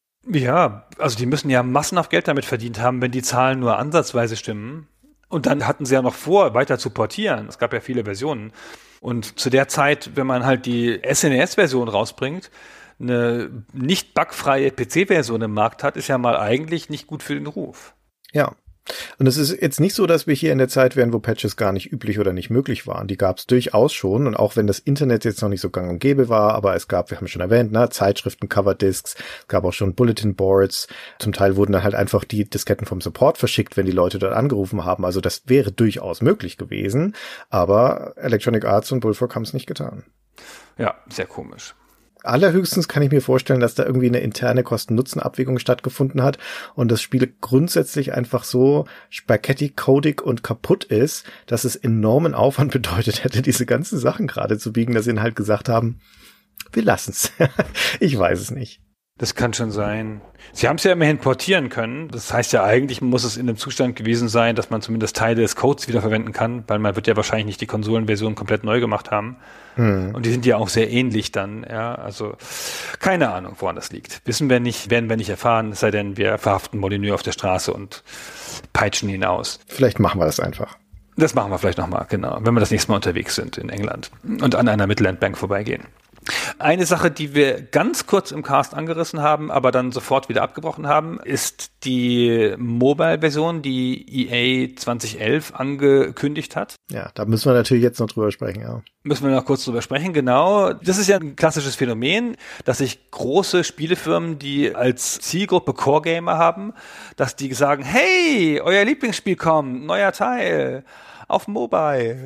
Ja, also die müssen ja massenhaft Geld damit verdient haben, wenn die Zahlen nur ansatzweise stimmen. Und dann hatten sie ja noch vor, weiter zu portieren. Es gab ja viele Versionen. Und zu der Zeit, wenn man halt die SNES-Version rausbringt, eine nicht bugfreie PC-Version im Markt hat, ist ja mal eigentlich nicht gut für den Ruf. Ja. Und es ist jetzt nicht so, dass wir hier in der Zeit wären, wo Patches gar nicht üblich oder nicht möglich waren. Die gab es durchaus schon. Und auch wenn das Internet jetzt noch nicht so gang und gäbe war, aber es gab, wir haben schon erwähnt, Zeitschriften, Coverdiscs, es gab auch schon Bulletin Boards. Zum Teil wurden dann halt einfach die Disketten vom Support verschickt, wenn die Leute dort angerufen haben. Also das wäre durchaus möglich gewesen. Aber Electronic Arts und Bullfrog haben es nicht getan. Ja, sehr komisch. Allerhöchstens kann ich mir vorstellen, dass da irgendwie eine interne Kosten-Nutzen-Abwägung stattgefunden hat und das Spiel grundsätzlich einfach so spaghetti-codig und kaputt ist, dass es enormen Aufwand bedeutet hätte, diese ganzen Sachen gerade zu biegen, dass sie halt gesagt haben, wir lassen's. Ich weiß es nicht. Das kann schon sein. Sie haben es ja immerhin portieren können. Das heißt ja, eigentlich muss es in einem Zustand gewesen sein, dass man zumindest Teile des Codes wiederverwenden kann, weil man wird ja wahrscheinlich nicht die Konsolenversion komplett neu gemacht haben. Und die sind ja auch sehr ähnlich dann. Ja, also keine Ahnung, woran das liegt. Wissen wir nicht, werden wir nicht erfahren, es sei denn, wir verhaften Molyneux auf der Straße und peitschen ihn aus. Vielleicht machen wir das einfach. Das machen wir vielleicht nochmal, genau, wenn wir das nächste Mal unterwegs sind in England und an einer Midland Bank vorbeigehen. Eine Sache, die wir ganz kurz im Cast angerissen haben, aber dann sofort wieder abgebrochen haben, ist die Mobile-Version, die EA 2011 angekündigt hat. Ja, da müssen wir natürlich jetzt noch drüber sprechen, ja. Müssen wir noch kurz drüber sprechen, genau. Das ist ja ein klassisches Phänomen, dass sich große Spielefirmen, die als Zielgruppe Core-Gamer haben, dass die sagen, hey, euer Lieblingsspiel kommt, neuer Teil. Auf Mobile.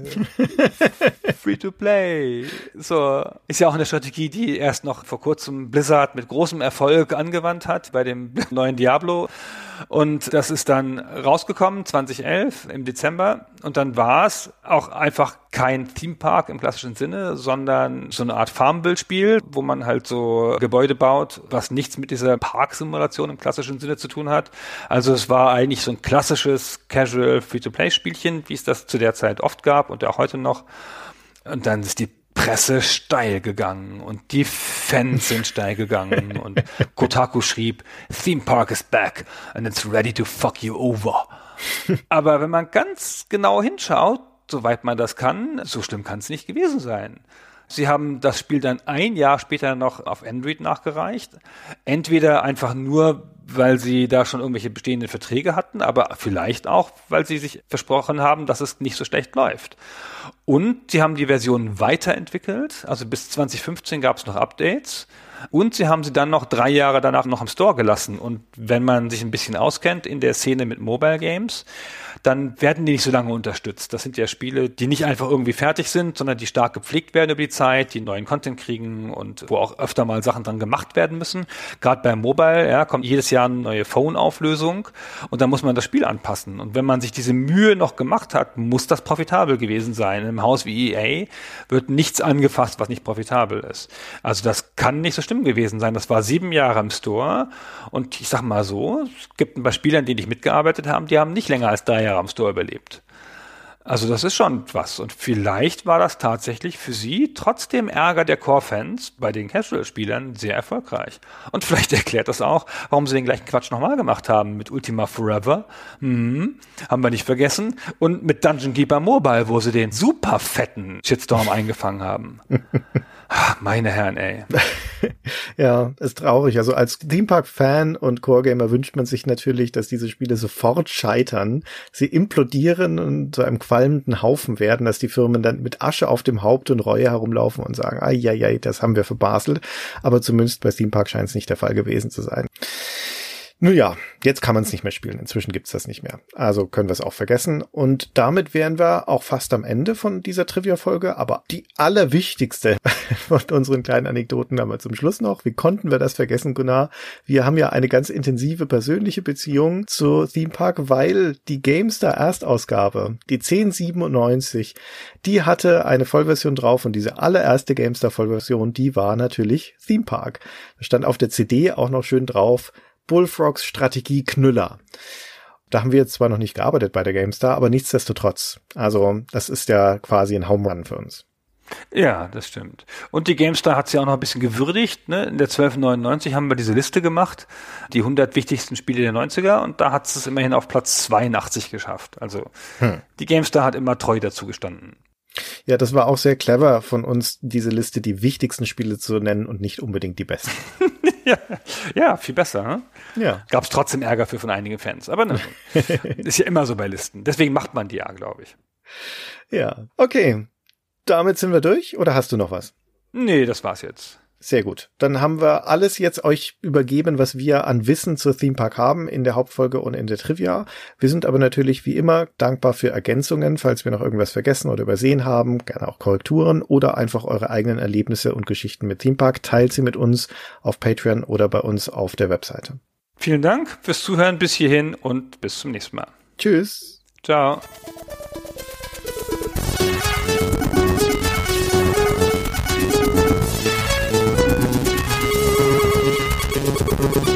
Free to play. So. Ist ja auch eine Strategie, die erst noch vor kurzem Blizzard mit großem Erfolg angewandt hat bei dem neuen Diablo. Und das ist dann rausgekommen, 2011 im Dezember. Und dann war es auch einfach kein Theme Park im klassischen Sinne, sondern so eine Art Farmville-Spiel, wo man halt so Gebäude baut, was nichts mit dieser Parksimulation im klassischen Sinne zu tun hat. Also es war eigentlich so ein klassisches Casual Free-to-Play-Spielchen, wie es das zu der Zeit oft gab und auch heute noch. Und dann ist die Presse steil gegangen und die Fans sind steil gegangen und Kotaku schrieb, Theme Park is back and it's ready to fuck you over. Aber wenn man ganz genau hinschaut, soweit man das kann, so schlimm kann es nicht gewesen sein. Sie haben das Spiel dann ein Jahr später noch auf Android nachgereicht. Entweder einfach nur, weil sie da schon irgendwelche bestehenden Verträge hatten, aber vielleicht auch, weil sie sich versprochen haben, dass es nicht so schlecht läuft. Und sie haben die Version weiterentwickelt. Also bis 2015 gab es noch Updates. Und sie haben sie dann noch 3 Jahre danach noch im Store gelassen. Und wenn man sich ein bisschen auskennt in der Szene mit Mobile Games, dann werden die nicht so lange unterstützt. Das sind ja Spiele, die nicht einfach irgendwie fertig sind, sondern die stark gepflegt werden über die Zeit, die neuen Content kriegen und wo auch öfter mal Sachen dran gemacht werden müssen. Gerade bei Mobile, ja, kommt jedes Jahr eine neue Phone-Auflösung und dann muss man das Spiel anpassen. Und wenn man sich diese Mühe noch gemacht hat, muss das profitabel gewesen sein. Im Haus wie EA wird nichts angefasst, was nicht profitabel ist. Also das kann nicht so schlimm gewesen sein. Das war 7 Jahre im Store und ich sag mal so, es gibt ein paar Spieler, an denen ich mitgearbeitet habe, die haben nicht länger als 3 Jahre am Store überlebt. Also das ist schon was. Und vielleicht war das tatsächlich für sie trotz dem Ärger der Core-Fans bei den Casual-Spielern sehr erfolgreich. Und vielleicht erklärt das auch, warum sie den gleichen Quatsch nochmal gemacht haben mit Ultima Forever. Haben wir nicht vergessen. Und mit Dungeon Keeper Mobile, wo sie den super fetten Shitstorm eingefangen haben. Meine Herren, ey. Ja, ist traurig. Also als Theme Park-Fan und Core-Gamer wünscht man sich natürlich, dass diese Spiele sofort scheitern, sie implodieren und zu einem qualmenden Haufen werden, dass die Firmen dann mit Asche auf dem Haupt und Reue herumlaufen und sagen, ai, das haben wir verbaselt. Aber zumindest bei Theme Park scheint es nicht der Fall gewesen zu sein. Nun ja, jetzt kann man es nicht mehr spielen. Inzwischen gibt's das nicht mehr. Also können wir es auch vergessen. Und damit wären wir auch fast am Ende von dieser Trivia-Folge. Aber die allerwichtigste von unseren kleinen Anekdoten haben wir zum Schluss noch. Wie konnten wir das vergessen, Gunnar? Wir haben ja eine ganz intensive persönliche Beziehung zu Theme Park, weil die GameStar Erstausgabe, die 1097, die hatte eine Vollversion drauf. Und diese allererste GameStar Vollversion, die war natürlich Theme Park. Da stand auf der CD auch noch schön drauf, Bullfrogs Strategie Knüller. Da haben wir jetzt zwar noch nicht gearbeitet bei der GameStar, aber nichtsdestotrotz. Also das ist ja quasi ein Home Run für uns. Ja, das stimmt. Und die GameStar hat sie auch noch ein bisschen gewürdigt. Ne? In der 1299 haben wir diese Liste gemacht, die 100 wichtigsten Spiele der 90er, und da hat es immerhin auf Platz 82 geschafft. Also die GameStar hat immer treu dazu gestanden. Ja, das war auch sehr clever von uns, diese Liste die wichtigsten Spiele zu nennen und nicht unbedingt die besten. Ja, viel besser. Ne? Ja. Gab es trotzdem Ärger von einigen Fans. Aber ne, ist ja immer so bei Listen. Deswegen macht man die ja, glaube ich. Ja, okay. Damit sind wir durch, oder hast du noch was? Nee, das war's jetzt. Sehr gut. Dann haben wir alles jetzt euch übergeben, was wir an Wissen zur Theme Park haben in der Hauptfolge und in der Trivia. Wir sind aber natürlich wie immer dankbar für Ergänzungen, falls wir noch irgendwas vergessen oder übersehen haben, gerne auch Korrekturen oder einfach eure eigenen Erlebnisse und Geschichten mit Theme Park. Teilt sie mit uns auf Patreon oder bei uns auf der Webseite. Vielen Dank fürs Zuhören bis hierhin und bis zum nächsten Mal. Tschüss. Ciao. Thank you.